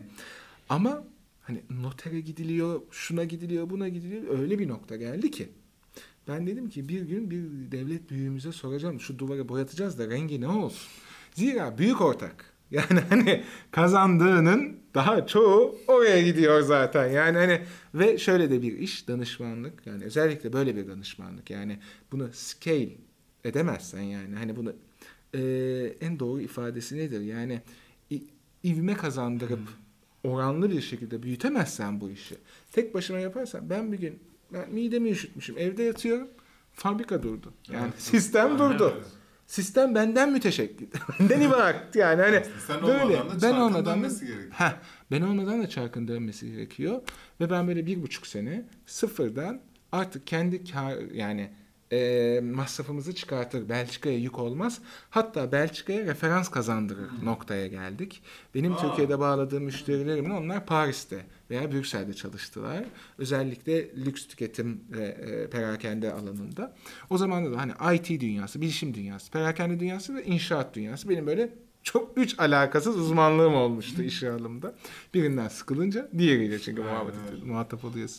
Ama hani notere gidiliyor, şuna gidiliyor, buna gidiliyor. Öyle bir nokta geldi ki ben dedim ki bir gün bir devlet büyüğümüze soracağım. Şu duvarı boyatacağız da rengi ne olsun? Zira büyük ortak. Yani hani kazandığının daha çoğu oraya gidiyor zaten. Yani hani ve şöyle de bir iş danışmanlık. Yani özellikle böyle bir danışmanlık. Yani bunu scale edemezsen yani hani bunu e, en doğru ifadesi nedir? Yani i- ivme kazandırıp oranlı bir şekilde büyütemezsen bu işi. Tek başıma yaparsan ben bir gün ben midemi üşütmüşüm. Evde yatıyorum. Fabrika durdu. Yani Evet. sistem Aynen durdu. öyle. Sistem benden müteşekkil. Benden ibaret. Yani hani Sen böyle olmadan da ben çarkın olmadan da dönmesi gerekiyor. heh, ben olmadan da çarkın dönmesi gerekiyor. Ve ben böyle bir buçuk sene sıfırdan artık kendi kar, yani e, masrafımızı çıkartır. Belçika'ya yük olmaz. Hatta Belçika'ya referans kazandırır noktaya geldik. Benim Aa. Türkiye'de bağladığım müşterilerimin onlar Paris'te veya Brüksel'de çalıştılar. Özellikle lüks tüketim ve e, perakende alanında. O zaman da hani I T dünyası, bilişim dünyası, perakende dünyası ve inşaat dünyası benim böyle çok üç alakasız uzmanlığım olmuştu işe alımda. Birinden sıkılınca diğeriyle çünkü Aynen muhabbet öyle. ediyorsun, muhatap oluyorsun.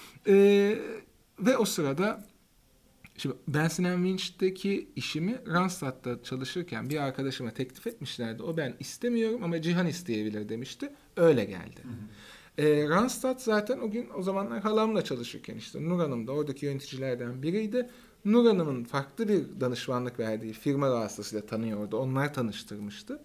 Ee, ve o sırada şimdi Benson and Winch'teki işimi Randstad'da çalışırken bir arkadaşıma teklif etmişlerdi. O ben istemiyorum ama Cihan isteyebilir demişti. Öyle geldi. E, Randstad zaten o gün o zamanlar halamla çalışırken işte Nur Hanım da oradaki yöneticilerden biriydi. Nur Hanım'ın farklı bir danışmanlık verdiği firma vasıtasıyla tanıyordu. Onlar tanıştırmıştı.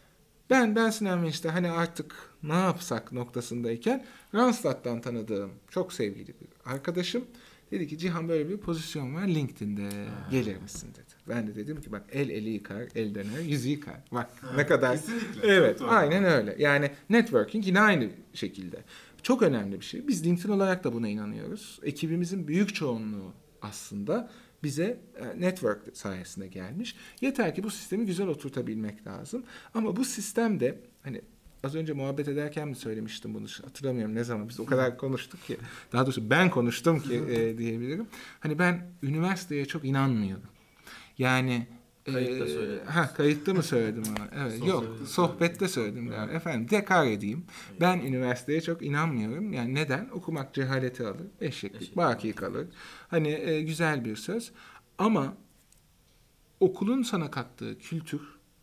Ben Benson and Winch'te hani artık ne yapsak noktasındayken Randstad'dan tanıdığım çok sevgili bir arkadaşım dedi ki Cihan böyle bir pozisyon var LinkedIn'de gelir misin dedi. Ben de dedim ki bak el eli yıkar, el döner, yüzü yıkar. Bak ne Evet, kadar. kesinlikle. Evet, Çok doğru. aynen öyle. Yani networking yine aynı şekilde. Çok önemli bir şey. Biz LinkedIn olarak da buna inanıyoruz. Ekibimizin büyük çoğunluğu aslında bize network sayesinde gelmiş. Yeter ki bu sistemi güzel oturtabilmek lazım. Ama bu sistemde hani az önce muhabbet ederken mi söylemiştim bunu? Hatırlamıyorum ne zaman. Biz o kadar konuştuk ki. Daha doğrusu ben konuştum ki e, diyebilirim. Hani ben üniversiteye çok inanmıyorum. Yani Kayıtta e, söyledin. Ha kayıtta mı söyledim ona? Evet. Sohbette Yok, söyledim. sohbette söyledim galiba. Efendim tekrar edeyim. Ben üniversiteye çok inanmıyorum. Yani neden? Okumak cehaleti alır. Eşeklik, Eşeklik. baki kalır. Hani e, güzel bir söz. Ama okulun sana kattığı kültür,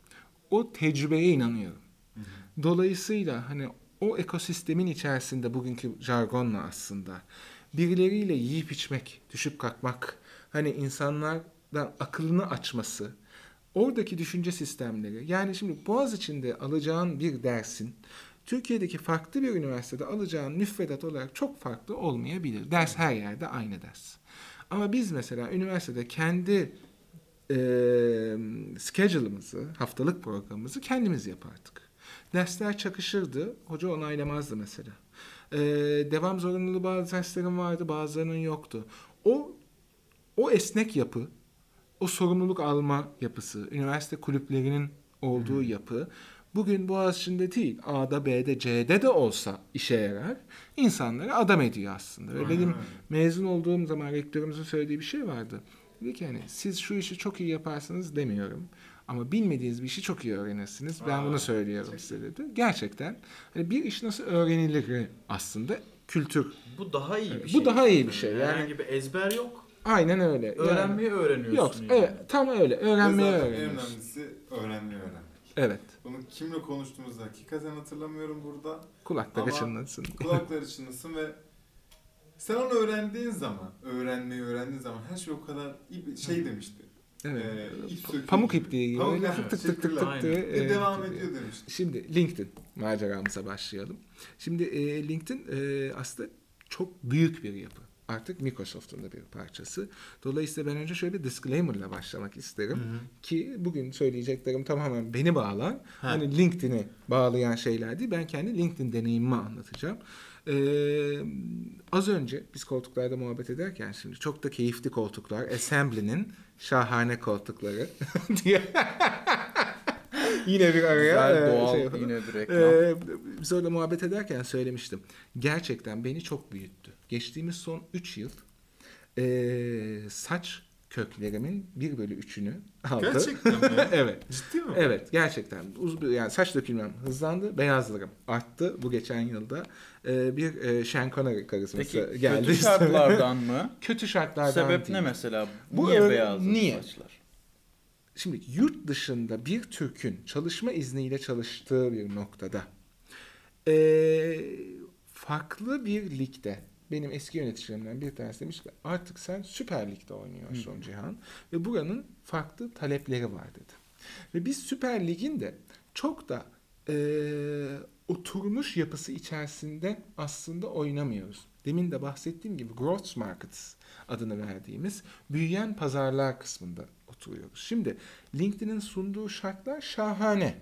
o tecrübeye inanıyorum. Dolayısıyla hani o ekosistemin içerisinde bugünkü jargonla aslında birileriyle yiyip içmek, düşüp kalkmak, hani insanlardan akılını açması, oradaki düşünce sistemleri, yani şimdi Boğaziçi'nde alacağın bir dersin Türkiye'deki farklı bir üniversitede alacağın müfredat olarak çok farklı olmayabilir. Ders her yerde aynı ders. Ama biz mesela üniversitede kendi e, schedule'ımızı, haftalık programımızı kendimiz yapardık. Dersler çakışırdı, hoca onaylamazdı mesela. Ee, devam zorunluluğu bazı derslerin vardı, bazılarının yoktu. O o esnek yapı, o sorumluluk alma yapısı, üniversite kulüplerinin olduğu yapı bugün Boğaziçi'nde değil, A'da, B'de, C'de de olsa işe yarar. İnsanları adam ediyor aslında. Ve benim mezun olduğum zaman rektörümüzün söylediği bir şey vardı. Dedi ki hani siz şu işi çok iyi yaparsınız demiyorum. Ama bilmediğiniz bir işi çok iyi öğrenirsiniz. Ben Aa, bunu söylüyorum size dedi. Gerçekten hani bir iş nasıl öğrenilir aslında kültür. Bu daha iyi bir Bu şey. daha iyi bir şey. Yani Herhangi bir ezber yok. aynen öyle. Öğrenmeyi yani, öğreniyorsun. yok, yani. evet, tam öyle. Öğrenmeyi Ve zaten en öğreniyorsun. önemlisi öğrenmeyi öğrenmek. Evet. Bunu kimle konuştuğumuzu hakikaten hatırlamıyorum burada. Kulakları Ama çınlasın. Kulakları çınlasın ve sen onu öğrendiğin zaman, öğrenmeyi öğrendiğin zaman her şey o kadar iyi şey demişti. Evet. Ee, ip söküğü Pamuk gibi. ipliği gibi. Pamuk, Öyle evet, tık tık tık tık teşekkürler. tık diye, Ve e, devam gidiyor. ediyor demişti. Şimdi LinkedIn maceramıza başlayalım. Şimdi e, LinkedIn e, aslında çok büyük bir yapı. Artık Microsoft'un da bir parçası. Dolayısıyla ben önce şöyle bir disclaimer'la başlamak isterim. Hı hı. Ki bugün söyleyeceklerim tamamen beni bağlar. Ha. Hani LinkedIn'i bağlayan şeyler değil. Ben kendi LinkedIn deneyimimi anlatacağım. Ee, az önce biz koltuklarda muhabbet ederken şimdi çok da keyifli koltuklar. Assembly'nin şahane koltukları diye yine bir araya Güzel, e, doğal, şey yapalım. yine bir reklam. Ee, biz orada muhabbet ederken söylemiştim. Gerçekten beni çok büyüttü. Geçtiğimiz son üç yıl e, saç köklerimin bir bölü üçünü aldı. Gerçekten mi? Evet. Ciddi mi? Evet, gerçekten. Uz yani saç dökülmem hızlandı, beyazlarım arttı bu geçen yılda. Ee, bir e, Sean Connery karizması Peki geldi. kötü şartlardan mı? Kötü şartlardan Sebep değil. ne mesela? Bu niye öyle- beyazladı niye? saçlar? Şimdi yurt dışında bir Türk'ün çalışma izniyle çalıştığı bir noktada ee, farklı bir ligde benim eski yöneticilerimden bir tanesi demiş ki artık sen Süper Lig'de oynuyorsun Cihan ve buranın farklı talepleri var dedi. Ve biz Süper Lig'in de çok da ee, oturmuş yapısı içerisinde aslında oynamıyoruz. Demin de bahsettiğim gibi growth markets adını verdiğimiz büyüyen pazarlar kısmında oturuyoruz. Şimdi LinkedIn'in sunduğu şartlar şahane.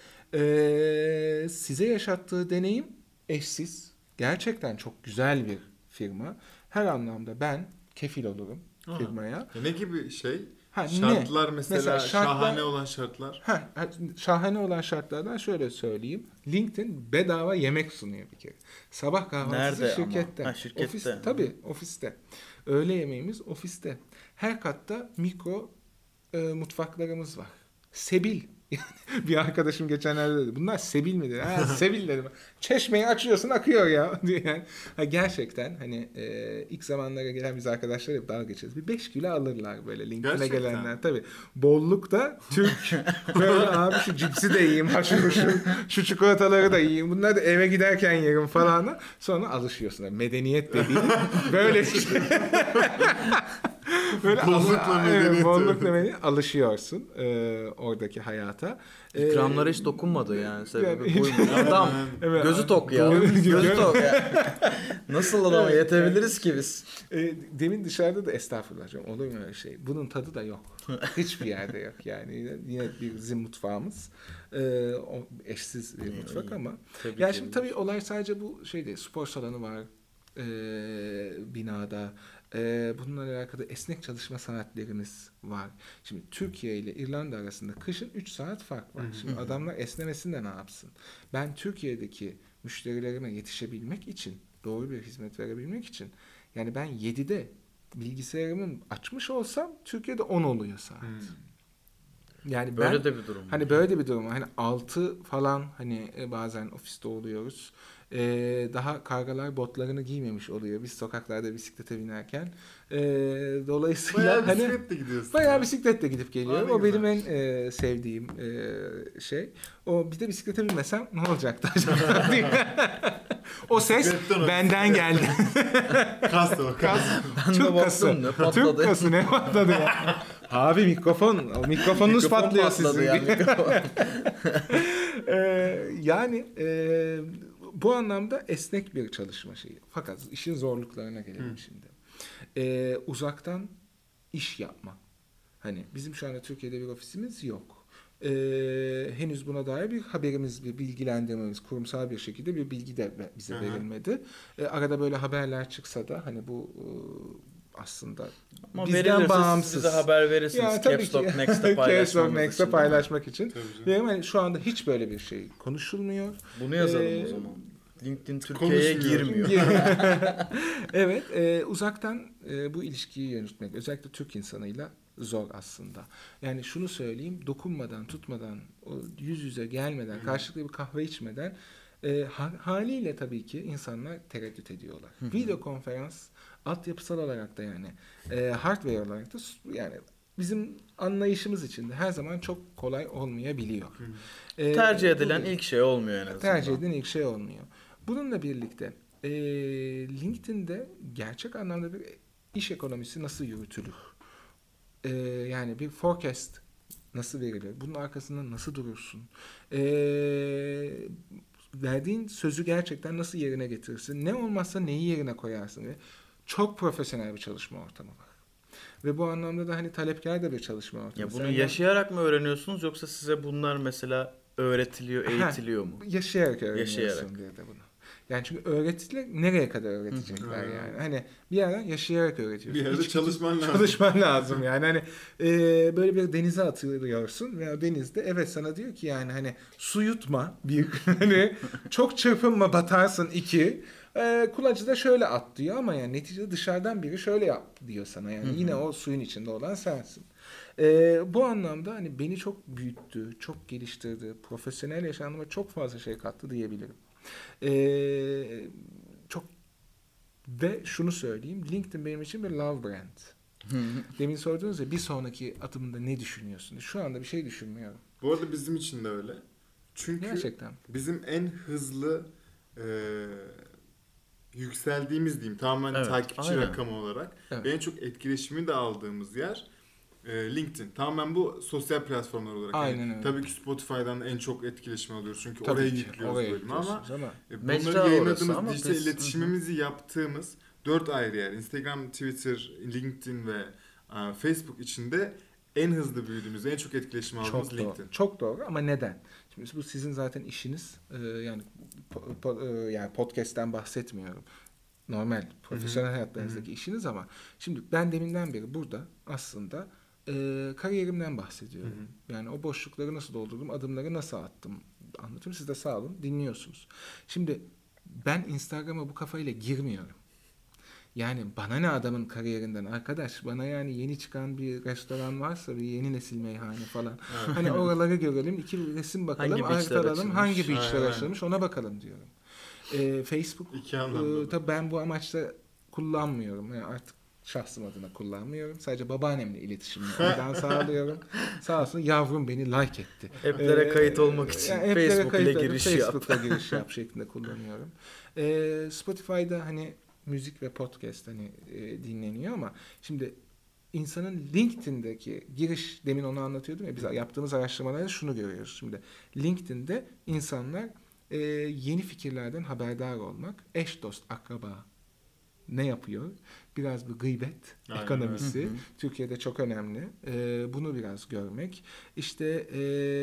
Ee, size yaşattığı deneyim eşsiz. Gerçekten çok güzel bir firma. Her anlamda ben kefil olurum Aha. firmaya. Ya ne gibi şey? Ha, Şartlar ne? mesela, Mesela şartlar- şahane olan şartlar. Ha, ha, şahane olan şartlardan şöyle söyleyeyim. LinkedIn bedava yemek sunuyor bir kere. Sabah kahvaltısı Nerede ama? şirkette. Ha, şirkette. Ofis, tabii ofiste. Öğle yemeğimiz ofiste. Her katta mikro e, mutfaklarımız var. Sebil. Bir arkadaşım geçenlerde dedi. Bunlar sebil mi dedi. Ha, sebil dedim. Çeşmeyi açıyorsun akıyor ya. diye yani. Ha, gerçekten hani e, ilk zamanlara gelen biz arkadaşlar hep dalga geçeriz. Bir beş kilo alırlar böyle LinkedIn'e Gerçekten. gelenler. Tabii. Bollukta Türk. Böyle abi şu cipsi de yiyeyim. Ha şu, şu, şu çikolataları da yiyeyim. Bunları da eve giderken yerim falan. Sonra alışıyorsun. Medeniyet dediğin böyle bir şey. Böyle Bollukla al- medeniyet evet, bollukla diyorum. medeniyet alışıyorsun e, oradaki hayata. E, İkramlara hiç dokunmadı yani sebebi yani- buymuş. Adam Evet. gözü tok ya. Gözü- Gözü tok ya. Nasıl adama Evet. yetebiliriz ki biz? E, demin dışarıda da estağfurullah canım, olur mu öyle şey? Bunun tadı da yok. Hiçbir yerde yok yani. Yine, yine bir bizim mutfağımız. E, o eşsiz bir mutfak ama. Tebrik Yani şimdi ederim. tabii olay sadece bu şey değil. Spor salonu var e, binada. E, bununla alakalı esnek çalışma saatlerimiz var. Şimdi Türkiye ile İrlanda arasında kışın üç saat fark var. Şimdi adamlar esnemesin de ne yapsın? Ben Türkiye'deki müşterilerime yetişebilmek için, doğru bir hizmet verebilmek için, yani ben yedide bilgisayarımı açmış olsam Türkiye'de on oluyor saat. Yani Böyle ben de bir durum. var. hani böyle de bir durum var. Hani altı falan hani e, bazen ofiste oluyoruz. Ee, daha kargalar botlarını giymemiş oluyor biz sokaklarda bisiklete binerken. Ee, dolayısıyla Bayağı hani bisikletle gidiyorsun. bayağı ya. bisikletle gidip geliyorum. Aa, ne O benim güzel. en e, sevdiğim e, şey. O bir de bisiklete binmesem ne olacaktı acaba diye. O ses Bisikletten o benden geldi. Kas da bak. Kas. Ben de Türk kası. baktım ne Türk patladı. kası ne patladı ya. Abi mikrofon. O mikrofonunuz Mikrofon patlıyor patladı sizin. ya, mikrofon. Ee, yani e, bu anlamda esnek bir çalışma şeyi. Fakat işin zorluklarına gelelim Hı. şimdi. Ee, uzaktan iş yapma. Hani bizim şu anda Türkiye'de bir ofisimiz yok. Ee, henüz buna dair bir haberimiz, bir bilgilendirmemiz, kurumsal bir şekilde bir bilgi de bize Hı hı. verilmedi. Ee, arada böyle haberler çıksa da hani bu e, aslında. Ama Bizden verilirse bağımsız. siz bize haber verirsiniz. Ya, tabii Caps ki. Lock Next'te Caps Lock paylaşmamız Next'te için. paylaşmak için. Tabii canım. Ve hani şu anda hiç böyle bir şey konuşulmuyor. Bunu yazalım Ee, o zaman. LinkedIn Türkiye'ye konuşmuyor. girmiyor. Evet, e, uzaktan e, bu ilişkiyi yönetmek, özellikle Türk insanıyla zor aslında. Yani şunu söyleyeyim, dokunmadan, tutmadan, o yüz yüze gelmeden, karşılıklı bir kahve içmeden e, ha- haliyle tabii ki insanlar tereddüt ediyorlar. Video konferans altyapısal olarak da yani e, hardware olarak da yani bizim anlayışımız için de her zaman çok kolay olmayabiliyor. E, Tercih bu- edilen ilk şey olmuyor en azından. Tercih edilen ilk şey olmuyor. Bununla birlikte e, LinkedIn'de gerçek anlamda bir iş ekonomisi nasıl yürütülür? E, yani bir forecast nasıl verilir? Bunun arkasında nasıl durursun? E, verdiğin sözü gerçekten nasıl yerine getirirsin? Ne olmazsa neyi yerine koyarsın? Ve çok profesyonel bir çalışma ortamı var. Ve bu anlamda da hani talepkar da bir çalışma ortamı. Ya bunu Senden- yaşayarak mı öğreniyorsunuz yoksa size bunlar mesela öğretiliyor, eğitiliyor mu? Yaşayarak öğreniyorsun Yaşayarak. diye de bunu. Yani çünkü öğretiler nereye kadar öğretecekler Hı. yani. Hani bir yerden yaşayarak öğretiyorsun. Bir yerde Hiç- çalışman lazım. Çalışman lazım yani. Hani e, böyle bir denize atılıyorsun ve o denizde evet sana diyor ki yani hani su yutma bir, hani çok çırpınma batarsın iki. E, kulacı da şöyle at diyor ama yani neticede dışarıdan biri şöyle yap diyor sana yani. Hı hı. Yine o suyun içinde olan sensin. E, bu anlamda hani beni çok büyüttü, çok geliştirdi, profesyonel yaşamıma çok fazla şey kattı diyebilirim. Ee, çok ve şunu söyleyeyim, LinkedIn benim için bir love brand. Demin sordunuz ya bir sonraki adımda ne düşünüyorsun? Şu anda bir şey düşünmüyorum. Bu arada bizim için de öyle. Çünkü Gerçekten. bizim en hızlı e, yükseldiğimiz diyeyim tamamen Evet, takipçi aynen. rakamı olarak Evet. ve en çok etkileşimi de aldığımız yer e, LinkedIn. Tamamen bu sosyal platformlar olarak. Aynen Yani öyle. tabii ki Spotify'dan en çok etkileşimi alıyoruz çünkü Tabii oraya ki, yüklüyoruz oraya bölümü ama yüklüyorsunuz ama e, Mecra bunları orası yayınladığımız, ama dijital biz- iletişimimizi yaptığımız dört ayrı yer. Instagram, Twitter, LinkedIn ve e, Facebook içinde en hızlı büyüdüğümüz, en çok etkileşim aldığımız çok LinkedIn. doğru. Çok doğru ama neden? Şimdi bu sizin zaten işiniz. Ee, yani po- po- e, yani podcast'ten bahsetmiyorum. Normal profesyonel hayatlarınızdaki işiniz ama şimdi ben deminden beri burada aslında e, kariyerimden bahsediyorum. Hı hı. Yani o boşlukları nasıl doldurdum, adımları nasıl attım anlatıyorum. Siz de sağ olun dinliyorsunuz. Şimdi ben Instagram'a bu kafayla girmiyorum. Yani bana ne adamın kariyerinden arkadaş, bana yani yeni çıkan bir restoran varsa bir yeni nesil meyhane falan. Evet. Hani oraları görelim, iki resim bakalım, Hangi beachler aktaralım, açılmış? hangi beachler Aynen. açılmış ona bakalım diyorum. Ee, Facebook İki anlamda. ee, tabii ben bu amaçla kullanmıyorum. Yani artık şahsım adına kullanmıyorum. Sadece babaannemle iletişimimi oradan sağlıyorum. Sağ olsun yavrum beni like etti. App'lere Ee, kayıt olmak için yani app'lere Facebook ile kayıt edip giriş yap. Facebook'la giriş yap şeklinde kullanıyorum. Ee, Spotify'da hani müzik ve podcast hani e, dinleniyor ama şimdi insanın LinkedIn'deki giriş, demin onu anlatıyordum ya, biz yaptığımız araştırmalarda şunu görüyoruz. Şimdi LinkedIn'de insanlar e, yeni fikirlerden haberdar olmak, eş dost akraba ne yapıyor? Biraz bir gıybet Aynen ekonomisi. öyle. Hı hı. Türkiye'de çok önemli. E, bunu biraz görmek. İşte e,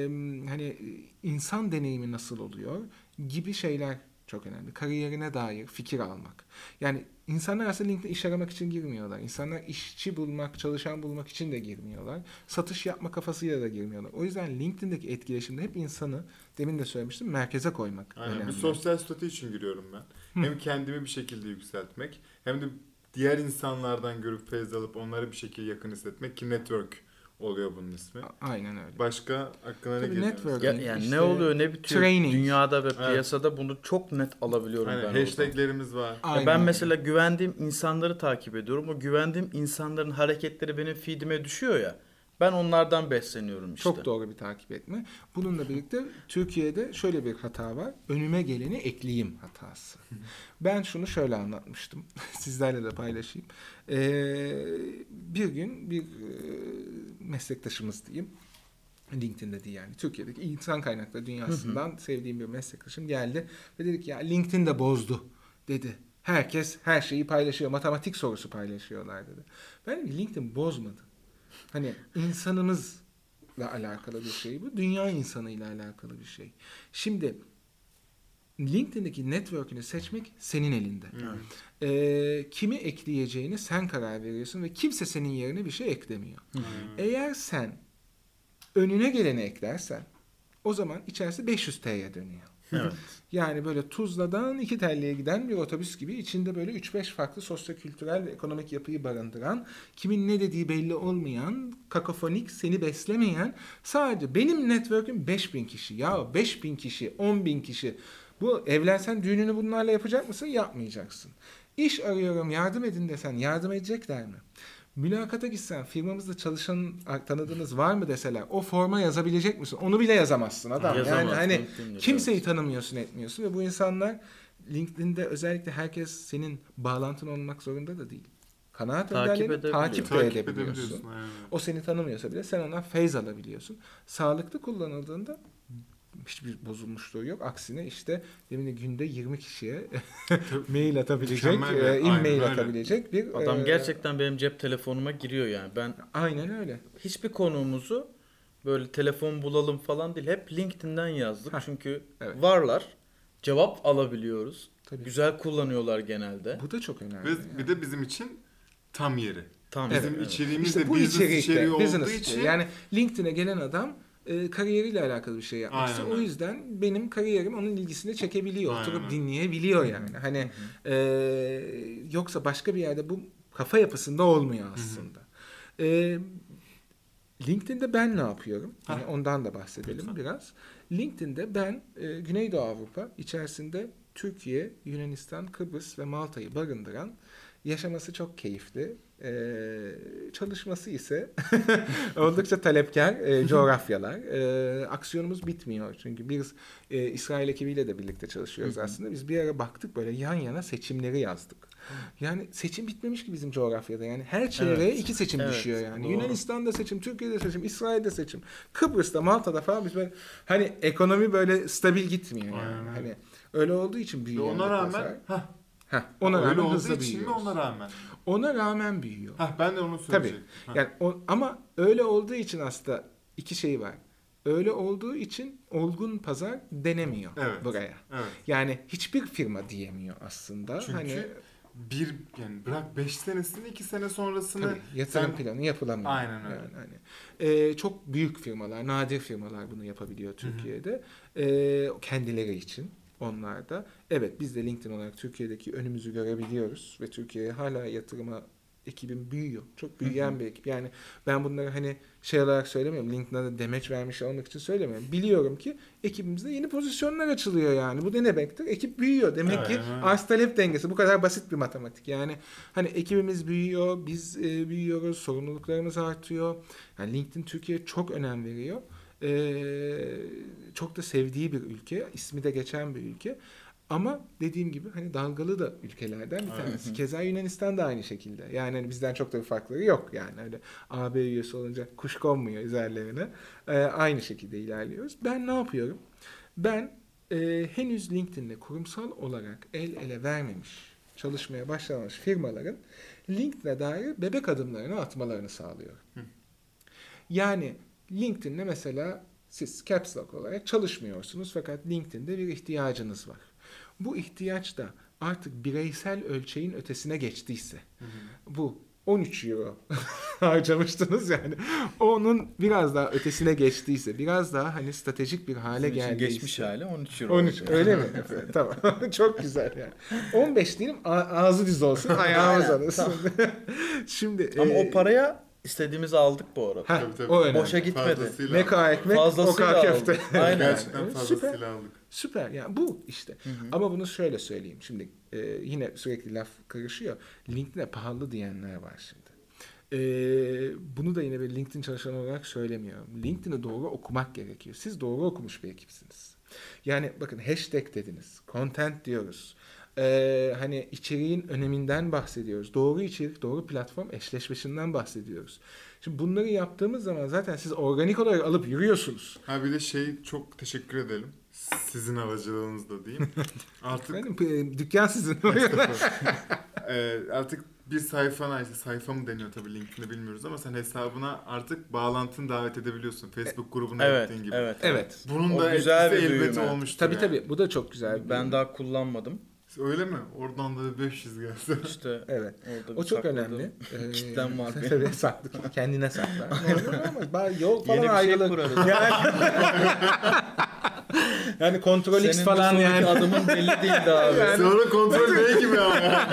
hani insan deneyimi nasıl oluyor gibi şeyler çok önemli. Kariyerine dair fikir almak. Yani insanlar aslında LinkedIn'e iş aramak için girmiyorlar. İnsanlar işçi bulmak, çalışan bulmak için de girmiyorlar. Satış yapma kafasıyla da girmiyorlar. O yüzden LinkedIn'deki etkileşimde hep insanı, demin de söylemiştim, merkeze koymak Aynen. önemli. Bir sosyal statü için giriyorum ben. Hı. Hem kendimi bir şekilde yükseltmek hem de diğer insanlardan görüp feyz alıp onları bir şekilde yakın hissetmek ki network oluyor bunun ismi. A- Aynen öyle. Başka aklına ne Tabii geliyor? network. mesela? Ya, yani İşte ne oluyor ne bitiyor training. dünyada ve Evet. piyasada bunu çok net alabiliyorum Aynen. ben oradan. Hashtaglerimiz var. Ya Aynen ben öyle. mesela güvendiğim insanları takip ediyorum. O güvendiğim insanların hareketleri benim feedime düşüyor ya. Ben onlardan besleniyorum işte. Çok doğru bir takip etme. Bununla birlikte Türkiye'de şöyle bir hata var. Önüme geleni ekleyeyim hatası. Ben şunu şöyle anlatmıştım. Sizlerle de paylaşayım. Ee, bir gün bir e, meslektaşımız diyeyim. LinkedIn'de değil yani. Türkiye'deki insan kaynakları dünyasından sevdiğim bir meslektaşım geldi. Ve dedi ki ya LinkedIn de bozdu dedi. Herkes her şeyi paylaşıyor. Matematik sorusu paylaşıyorlar dedi. Ben dedim ki LinkedIn bozmadı. Hani insanımızla alakalı bir şey bu. Dünya insanıyla alakalı bir şey. Şimdi LinkedIn'deki network'ünü seçmek senin elinde. Evet. Ee, kimi ekleyeceğini sen karar veriyorsun ve kimse senin yerine bir şey eklemiyor. Eğer sen önüne geleni eklersen o zaman içerisi beş yüz T'ye dönüyor. Evet. Yani böyle Tuzla'dan iki Telli'ye giden bir otobüs gibi içinde böyle üç beş farklı sosyokültürel ve ekonomik yapıyı barındıran, kimin ne dediği belli olmayan, kakofonik, seni beslemeyen, sadece benim network'üm beş bin kişi. Ya beş bin kişi, on bin kişi. Bu evlensen düğününü bunlarla yapacak mısın? Yapmayacaksın. İş arıyorum, yardım edin desen yardım edecekler mi? Mülakata gitsen, firmamızda çalışan tanıdığınız var mı deseler, o forma yazabilecek misin? Onu bile yazamazsın adam. Yazamaz, yani hani LinkedIn'de kimseyi yazamaz. tanımıyorsun, etmiyorsun ve bu insanlar LinkedIn'de özellikle herkes senin bağlantın olmak zorunda da değil. Kanaat Takip önderlerini edebiliyor. takip de Takip edebiliyorsun. edebiliyorsun. Aynen. O seni tanımıyorsa bile sen ondan feyz alabiliyorsun. Sağlıklı kullanıldığında hiçbir bozulmuşluğu yok. Aksine işte demin de günde yirmi kişiye mail atabilecek, Mükemmel bir- e, aynen e-mail öyle. atabilecek bir... Adam e, gerçekten benim cep telefonuma giriyor yani. Ben Aynen öyle. hiçbir konuğumuzu böyle telefon bulalım falan değil. Hep LinkedIn'den yazdık. Heh, Çünkü evet. varlar. Cevap alabiliyoruz. Tabii. Güzel kullanıyorlar genelde. Bu da çok önemli. Ve yani. bir de bizim için tam yeri. Tam Bizim evet. içeriğimiz İşte de bu business içerikte, içeriği olduğu business için içeriği. Yani LinkedIn'e gelen adam e, kariyeriyle alakalı bir şey yapmak Aynen istiyor. O öyle. yüzden benim kariyerim onun ilgisini çekebiliyor. Aynen Oturup öyle. dinleyebiliyor yani. Hani e, yoksa başka bir yerde bu kafa yapısında olmuyor aslında. E, LinkedIn'de ben ne yapıyorum? Yani Heh. ondan da bahsedelim Lütfen. biraz. LinkedIn'de ben e, Güneydoğu Avrupa içerisinde Türkiye, Yunanistan, Kıbrıs ve Malta'yı barındıran, yaşaması çok keyifli, e, çalışması ise oldukça talepkar e, coğrafyalar. E, aksiyonumuz bitmiyor çünkü biz e, İsrail ekibiyle de birlikte çalışıyoruz aslında. Biz bir ara baktık böyle yan yana seçimleri yazdık. Yani seçim bitmemiş ki bizim coğrafyada. Yani her çevreye Evet. iki seçim Evet, düşüyor yani. doğru. Yunanistan'da seçim, Türkiye'de seçim, İsrail'de seçim, Kıbrıs'ta, Malta'da falan biz böyle hani ekonomi böyle stabil gitmiyor yani. Aynen öyle. Hani öyle olduğu için Ve büyüyen ona bir rağmen pazar. hah, Heh, ona öyle rağmen olduğu hızla için mi büyüyoruz. ona rağmen? Ona rağmen büyüyor. Hah, ben de onu Tabii. söyleyecektim. Hah. Yani o, ama öyle olduğu için aslında iki şey var. Öyle olduğu için olgun pazar denemiyor Evet. buraya. Evet. Yani hiçbir firma diyemiyor aslında. Çünkü hani bir yani bırak beş senesini iki sene sonrasını tabii, yatırım sen- planı yapılamıyor. Aynen öyle. Yani hani e, çok büyük firmalar, nadir firmalar bunu yapabiliyor Türkiye'de. E, kendileri için. Onlar da. Evet, biz de LinkedIn olarak Türkiye'deki önümüzü görebiliyoruz ve Türkiye'ye hala yatırıma ekibim büyüyor. Çok büyüyen bir ekip. Yani ben bunları hani şey olarak söylemiyorum. LinkedIn'e de demeç vermiş olmak için söylemiyorum. Biliyorum ki ekibimizde yeni pozisyonlar açılıyor yani. Bu ne demektir? Ekip büyüyor. Demek ki Aynen öyle. arz talep dengesi. Bu kadar basit bir matematik. Yani hani ekibimiz büyüyor, biz e, büyüyoruz, sorumluluklarımız artıyor. Yani LinkedIn Türkiye'ye çok önem veriyor. Ee, çok da sevdiği bir ülke. İsmi de geçen bir ülke. Ama dediğim gibi hani dalgalı da ülkelerden bir Evet. tanesi. Keza Yunanistan da aynı şekilde. Yani hani bizden çok da bir farkları yok. Yani öyle A B üyesi olunca kuş konmuyor üzerlerine. Ee, aynı şekilde ilerliyoruz. Ben ne yapıyorum? Ben e, henüz LinkedIn'le kurumsal olarak el ele vermemiş, çalışmaya başlamamış firmaların LinkedIn'e dair bebek adımlarını atmalarını sağlıyorum. Hı. Yani LinkedIn'le mesela siz Caps Lock olarak çalışmıyorsunuz fakat LinkedIn'de bir ihtiyacınız var. Bu ihtiyaç da artık bireysel ölçeğin ötesine geçtiyse, Hı hı. bu on üç euro harcamıştınız yani. Onun biraz daha ötesine geçtiyse, biraz daha hani stratejik bir hale Bizim için geldiyse. geçmiş hali on üç euro. on üç öyle mi? Tamam. Çok güzel yani. on beş diyelim a- ağzı düz olsun, ayağımız Aynen, alışsın. Şimdi Ama e, o paraya istediğimizi aldık bu arada. heh, Tabii, tabii. o önemli. Boşa gitmedi. Fazlasıyla Meka aldık. ekmek, Fazlasıyla oka köfte. aldık. Aynen. Gerçekten Evet, fazlasıyla süper. aldık. Süper yani bu işte. Hı hı. Ama bunu şöyle söyleyeyim. Şimdi e, yine sürekli laf karışıyor. LinkedIn'e pahalı diyenler var şimdi. E, bunu da yine bir LinkedIn çalışanı olarak söylemiyorum. LinkedIn'i doğru okumak gerekiyor. Siz doğru okumuş bir ekipsiniz. Yani bakın hashtag dediniz. Content diyoruz. E, hani içeriğin öneminden bahsediyoruz. Doğru içerik, doğru platform eşleşmesinden bahsediyoruz. Şimdi bunları yaptığımız zaman zaten siz organik olarak alıp yürüyorsunuz. Ha bir de şey çok teşekkür edelim. Sizin aracılığınızda diyeyim. Artık Efendim, e, dükkan sizin. Ee, artık bir sayfana, işte sayfa mı deniyor tabii LinkedIn'de bilmiyoruz ama sen hesabına artık bağlantını davet edebiliyorsun. Facebook grubuna Evet, ettiğin gibi. evet. Evet. Bunun O da güzel etkisi bir elbette büyüme. olmuştur. Tabii yani. tabii. Bu da çok güzel. bir Ben ürün. daha kullanmadım. Öyle mi? Oradan da beş yüz gelse. İşte Evet. orada bir O çok sakladığım önemli. Ee, kitlem var benim. Tabii saklı. Kendine sakla. Normal ama bazı yol falan Yeni bir şey ayrılır. kurarız. Yani, yani Ctrl X Senin falan bir sonraki yani. adımın belli değildi abi. Sonra kontrol bey gibi ama.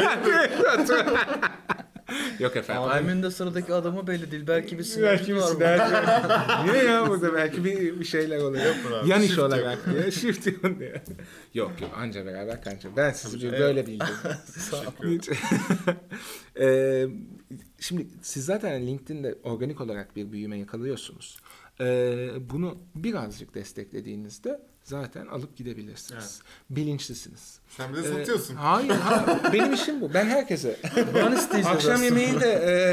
Yok efendim. Abimin de sıradaki adımı belli değil. Belki bir Belki sinerji bir var. sinerji. Niye ya burada belki bir, bir şeyler oluyor. abi, Yan iş shift olarak diye. Shift yön diye. Yok yok anca beraber kanca. Ben sizi bir böyle bildim. Hiç. Ee, şimdi siz zaten LinkedIn'de organik olarak bir büyüme yakalıyorsunuz. Ee, bunu birazcık desteklediğinizde zaten alıp gidebilirsiniz. Bilinçlisiniz. Sen bir de Ee, satıyorsun. hayır, hayır. Benim işim bu. Ben herkese. Ben isteyeceğim. Akşam yemeği de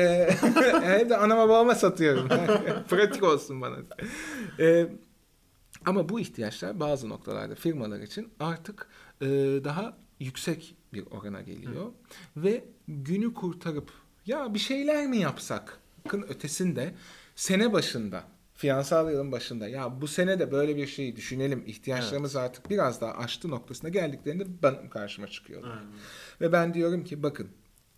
e, evde anama babama satıyorum. Pratik olsun bana. E, ama bu ihtiyaçlar bazı noktalarda firmalar için artık e, daha yüksek bir orana geliyor. Hı. Ve günü kurtarıp ya bir şeyler mi yapsak? Bakın ötesinde sene başında finansal yılın başında ya bu sene de böyle bir şeyi düşünelim. İhtiyaçlarımız evet. artık biraz daha aştı noktasına geldiklerinde benim karşıma çıkıyorlar. Aynen. Ve ben diyorum ki bakın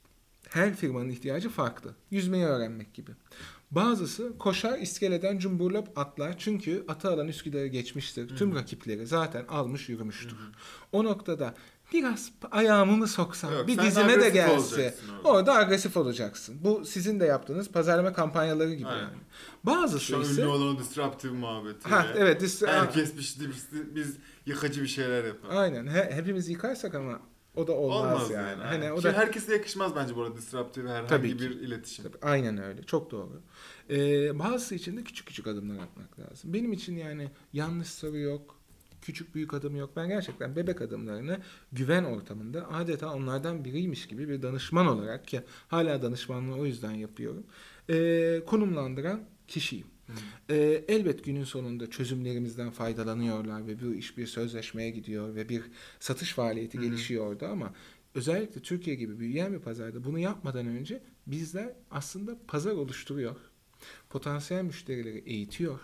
her firmanın ihtiyacı farklı. Yüzmeyi öğrenmek gibi. Bazısı koşar iskeleden cumburlop atlar. Çünkü atı alan Üsküdar'ı geçmiştir. Hı-hı. Tüm rakipleri zaten almış yürümüştür. Hı-hı. O noktada biraz ayağımı mı soksam, Yok, bir dizime de gelse orada agresif olacaksın. Bu sizin de yaptığınız pazarlama kampanyaları gibi Aynen. yani. Bazısı Şu ise... ünlü olan o disruptive muhabbeti. Ha, evet, dis- Herkes bir şey, biz yıkıcı bir şeyler yapar. Aynen. He, hepimiz yıkarsak ama o da olmaz, olmaz yani. yani. Hani o da herkese yakışmaz bence bu arada disruptive herhangi bir iletişim. Tabii, aynen öyle. Çok doğru. Ee, bazısı için de küçük küçük adımlar atmak lazım. Benim için yani yanlış soru yok. Küçük büyük adım yok. Ben gerçekten bebek adımlarını güven ortamında adeta onlardan biriymiş gibi bir danışman olarak ki hala danışmanlığı o yüzden yapıyorum. Ee, konumlandıran kişiyim. Hmm. Ee, elbet günün sonunda çözümlerimizden faydalanıyorlar ve bu iş bir sözleşmeye gidiyor ve bir satış faaliyeti hmm. gelişiyor orada ama özellikle Türkiye gibi büyüyen bir pazarda bunu yapmadan önce bizler aslında pazar oluşturuyor. Potansiyel müşterileri eğitiyor.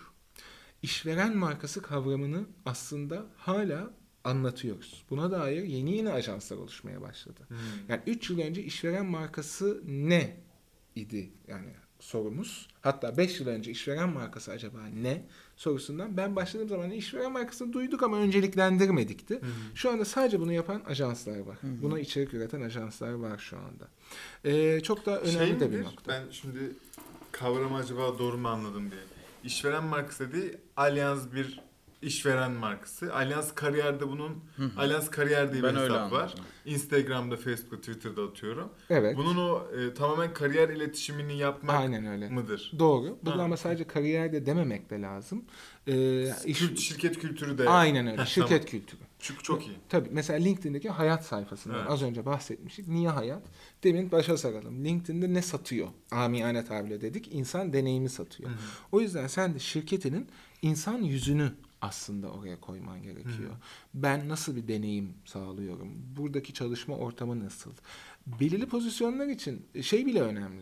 İşveren markası kavramını aslında hala anlatıyoruz. Buna dair yeni yeni ajanslar oluşmaya başladı. Hmm. Yani üç yıl önce işveren markası ne idi yani sorumuz. Hatta beş yıl önce işveren markası acaba ne sorusundan ben başladığım zaman işveren markasını duyduk ama önceliklendirmedikti. Hmm. Şu anda sadece bunu yapan ajanslar var. Hmm. Buna içerik üreten ajanslar var şu anda. Ee, çok da önemli şey de bir nokta. Ben şimdi kavramı acaba doğru mu anladım diye. İşveren markası dediği Allianz bir işveren markası. Allianz Kariyer'de bunun Allianz Kariyer diye bir ben hesap var. Instagram'da, Facebook'ta, Twitter'da atıyorum. Evet. Bunun o e, tamamen kariyer iletişimini yapmak Aynen öyle. mıdır? Doğru. Burada ama sadece kariyer de dememek de lazım. Ee, iş... Şirket kültürü de. Aynen öyle. Şirket tamam. kültürü. Çünkü çok iyi. Tabii. Mesela LinkedIn'deki hayat sayfasından evet. az önce bahsetmiştik. Niye hayat? Demin başa saralım. LinkedIn'de ne satıyor? Amiyane tabirle dedik. İnsan deneyimi satıyor. Hı-hı. O yüzden sen de şirketinin insan yüzünü aslında oraya koyman gerekiyor. Hı. Ben nasıl bir deneyim sağlıyorum? Buradaki çalışma ortamı nasıl? Belirli pozisyonlar için şey bile önemli.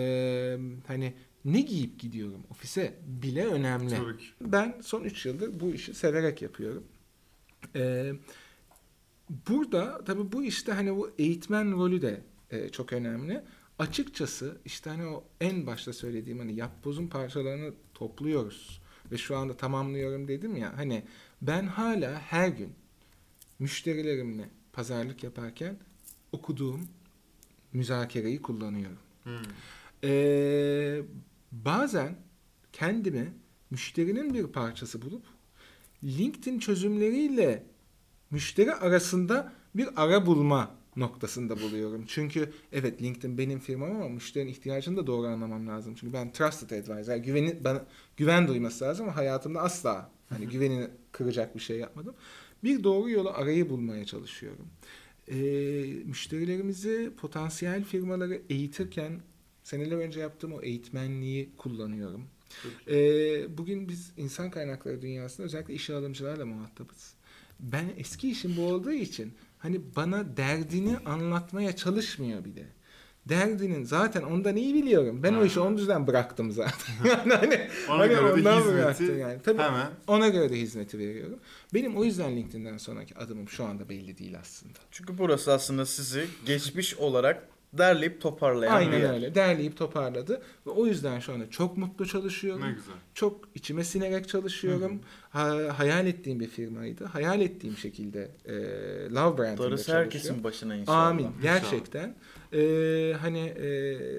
Ee, hani ne giyip gidiyorum ofise bile önemli. Tabii ki. Ben son üç yıldır bu işi severek yapıyorum. Ee, burada tabii bu işte hani bu eğitmen rolü de e, çok önemli. Açıkçası işte hani o en başta söylediğim hani yapbozun parçalarını topluyoruz. Ve şu anda tamamlıyorum dedim ya hani ben hala her gün müşterilerimle pazarlık yaparken okuduğum müzakereyi kullanıyorum. Hmm. Ee, bazen kendimi müşterinin bir parçası bulup LinkedIn çözümleriyle müşteri arasında bir ara bulma noktasında buluyorum. Çünkü evet LinkedIn benim firmam ama müşterinin ihtiyacını da doğru anlamam lazım. Çünkü ben trusted advisor, yani güveni, bana güven duyması lazım ama hayatımda asla hani güvenini kıracak bir şey yapmadım. Bir doğru yolu arayı bulmaya çalışıyorum. Ee, müşterilerimizi, potansiyel firmaları eğitirken seneler önce yaptığım o eğitmenliği kullanıyorum. Ee, bugün biz insan kaynakları dünyasında özellikle işe alımcılarla muhatabız. Ben eski işim bu olduğu için hani bana derdini anlatmaya çalışmıyor bile. derdinin zaten ondan iyi biliyorum. Ben ha. o işi onun yüzden bıraktım zaten. yani hani, ona hani göre ondan de hizmeti bıraktım yani. Tabii hemen. ona göre de hizmeti veriyorum. Benim o yüzden LinkedIn'den sonraki adımım şu anda belli değil aslında. Çünkü burası aslında sizi geçmiş olarak derleyip toparlayan Aynen bir yer. öyle. Derleyip toparladı. Ve o yüzden şu anda çok mutlu çalışıyorum. Ne güzel. Çok içime sinerek çalışıyorum. Ha, hayal ettiğim bir firmaydı. Hayal ettiğim şekilde e, Love Brand'inde Darısı çalışıyorum. herkesin başına inşallah. Amin. Gerçekten. E, hani e,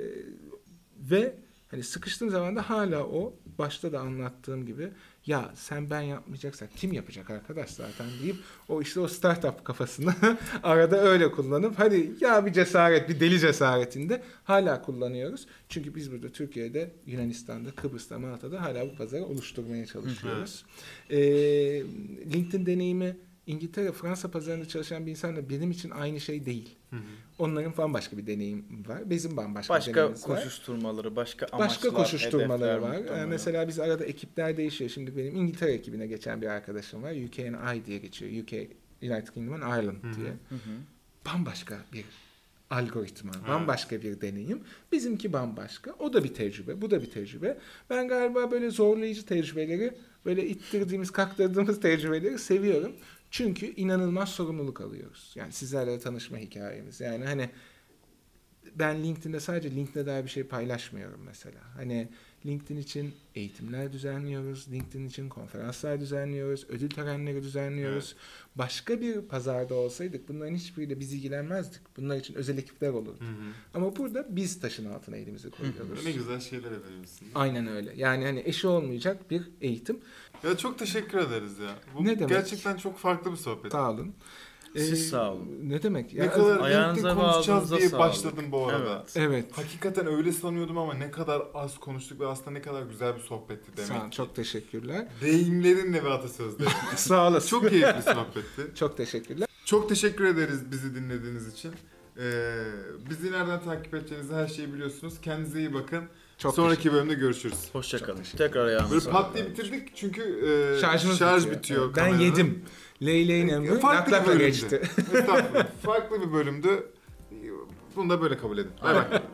ve hani sıkıştığım zaman da hala o başta da anlattığım gibi ya sen ben yapmayacaksak kim yapacak arkadaş zaten deyip o işte o startup kafasını arada öyle kullanıp hadi ya bir cesaret, bir deli cesaretinde hala kullanıyoruz. Çünkü biz burada Türkiye'de, Yunanistan'da, Kıbrıs'ta, Malta'da hala bu pazarı oluşturmaya çalışıyoruz. Ee, LinkedIn deneyimi İngiltere, Fransa pazarında çalışan bir insanla benim için aynı şey değil. Hı hı. Onların bambaşka bir deneyim var. Bizim bambaşka Başka bir deneyimimiz var. koşuşturmaları, başka amaçlar, Başka koşuşturmaları var. hedefler Ee, mesela biz arada ekipler değişiyor. Şimdi benim İngiltere ekibine geçen bir arkadaşım var. U K and I diye geçiyor. U K, United Kingdom and Ireland Hı hı. diye. Hı hı. Bambaşka bir algoritma, Evet. bambaşka bir deneyim. Bizimki bambaşka. O da bir tecrübe, bu da bir tecrübe. Ben galiba böyle zorlayıcı tecrübeleri, böyle ittirdiğimiz, kaktırdığımız tecrübeleri seviyorum. Çünkü inanılmaz sorumluluk alıyoruz. Yani sizlerle tanışma hikayemiz. Yani hani ben LinkedIn'de sadece LinkedIn'e dair bir şey paylaşmıyorum mesela. Hani LinkedIn için eğitimler düzenliyoruz. LinkedIn için konferanslar düzenliyoruz. Ödül törenleri düzenliyoruz. Evet. Başka bir pazarda olsaydık bunların hiçbiriyle biz ilgilenmezdik. Bunlar için özel ekipler olurdu. Hı hı. Ama burada biz taşın altına elimizi koyuyoruz. Ne güzel şeyler yapıyorsun. Aynen öyle. Yani hani eşi olmayacak bir eğitim. Ya çok teşekkür ederiz ya. Bu ne demek? Gerçekten çok farklı bir sohbet. Sağ olun. Siz ee, sağ olun. Ne demek? Ne ya, kadar LinkedIn konuşacağız diye başladım bu arada. Evet. evet. Hakikaten öyle sanıyordum ama ne kadar az konuştuk ve aslında ne kadar güzel bir sohbetti demek. Sağ olun. Çok teşekkürler. Deyimlerinle ve atasözleri. Sağ olasın. Çok keyifli sohbetti. Çok teşekkürler. Çok teşekkür ederiz bizi dinlediğiniz için. Ee, bizi nereden takip edeceğinizi her şeyi biliyorsunuz. Kendinize iyi bakın. Çok Sonraki bölümde görüşürüz. Hoşçakalın. Tekrar ayağınıza. Böyle pat diye bitirdik çünkü e, Şarjımız şarj bitiyor. bitiyor. Ben kameranın. yedim. Leyleğin emri farklı bir bölümdü. geçti. Farklı bir bölümdü. Bunu da böyle kabul edin. Bay bay.